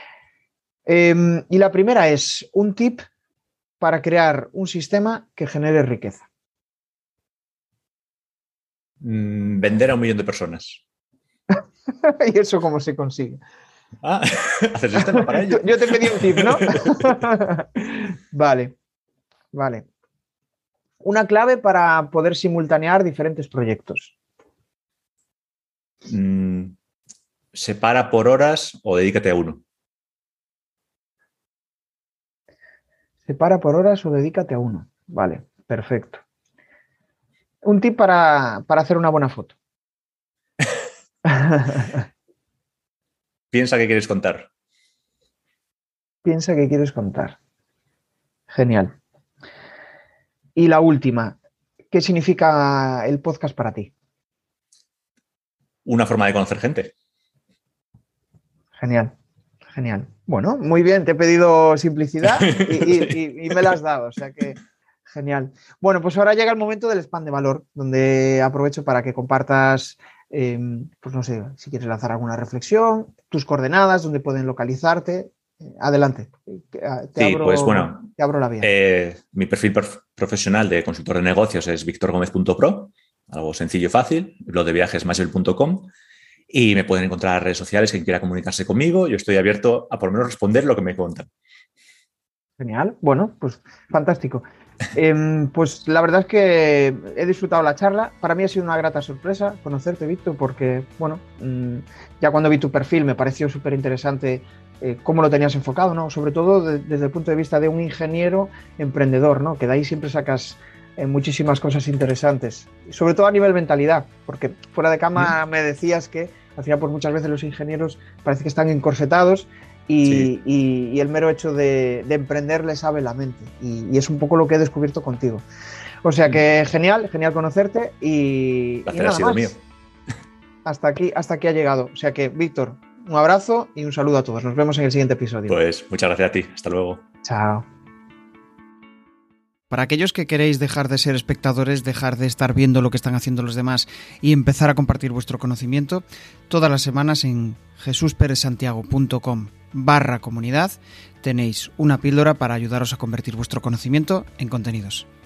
Eh, y la primera es un tip para crear un sistema que genere riqueza. Mm, vender a un millón de personas. ¿Y eso cómo se consigue? Ah, hacer sistema para ello. Yo te pedí un tip, ¿no? Vale, vale. Una clave para poder simultanear diferentes proyectos. Mm, separa por horas o dedícate a uno. Separa por horas o dedícate a uno. Vale, perfecto. Un tip para, para hacer una buena foto. Piensa qué quieres contar. Piensa qué quieres contar. Genial. Y la última, ¿qué significa el podcast para ti? Una forma de conocer gente. Genial, genial. Bueno, muy bien, te he pedido simplicidad y, y, y, y me la has dado, o sea que genial. Bueno, pues ahora llega el momento del spam de valor, donde aprovecho para que compartas, eh, pues no sé, si quieres lanzar alguna reflexión, tus coordenadas, donde pueden localizarte. Adelante. Te sí, abro, pues bueno, te abro la vía. Eh, mi perfil prof- profesional de consultor de negocios es victor gómez punto pro, algo sencillo y fácil, blog de viajes masvel punto com, y me pueden encontrar en redes sociales quien quiera comunicarse conmigo. Yo estoy abierto a por lo menos responder lo que me cuentan. Genial, bueno, pues fantástico. Eh, pues la verdad es que he disfrutado la charla. Para mí ha sido una grata sorpresa conocerte, Víctor, porque, bueno, mmm, ya cuando vi tu perfil me pareció súper interesante eh, cómo lo tenías enfocado, ¿no? Sobre todo de, desde el punto de vista de un ingeniero emprendedor, ¿no? Que de ahí siempre sacas eh, muchísimas cosas interesantes, sobre todo a nivel mentalidad, porque fuera de cama ¿Mm? me decías que al final pues muchas veces los ingenieros parece que están encorsetados. Y, sí. y, y el mero hecho de, de emprender les abre la mente y, y es un poco lo que he descubierto contigo. O sea que genial, genial conocerte y, y nada ha sido más. Mío. Hasta aquí, hasta aquí ha llegado. O sea que, Víctor, un abrazo y un saludo a todos. Nos vemos en el siguiente episodio. Pues muchas gracias a ti. Hasta luego. Chao. Para aquellos que queréis dejar de ser espectadores, dejar de estar viendo lo que están haciendo los demás y empezar a compartir vuestro conocimiento, todas las semanas en jesusperezsantiago.com barra comunidad tenéis una píldora para ayudaros a convertir vuestro conocimiento en contenidos.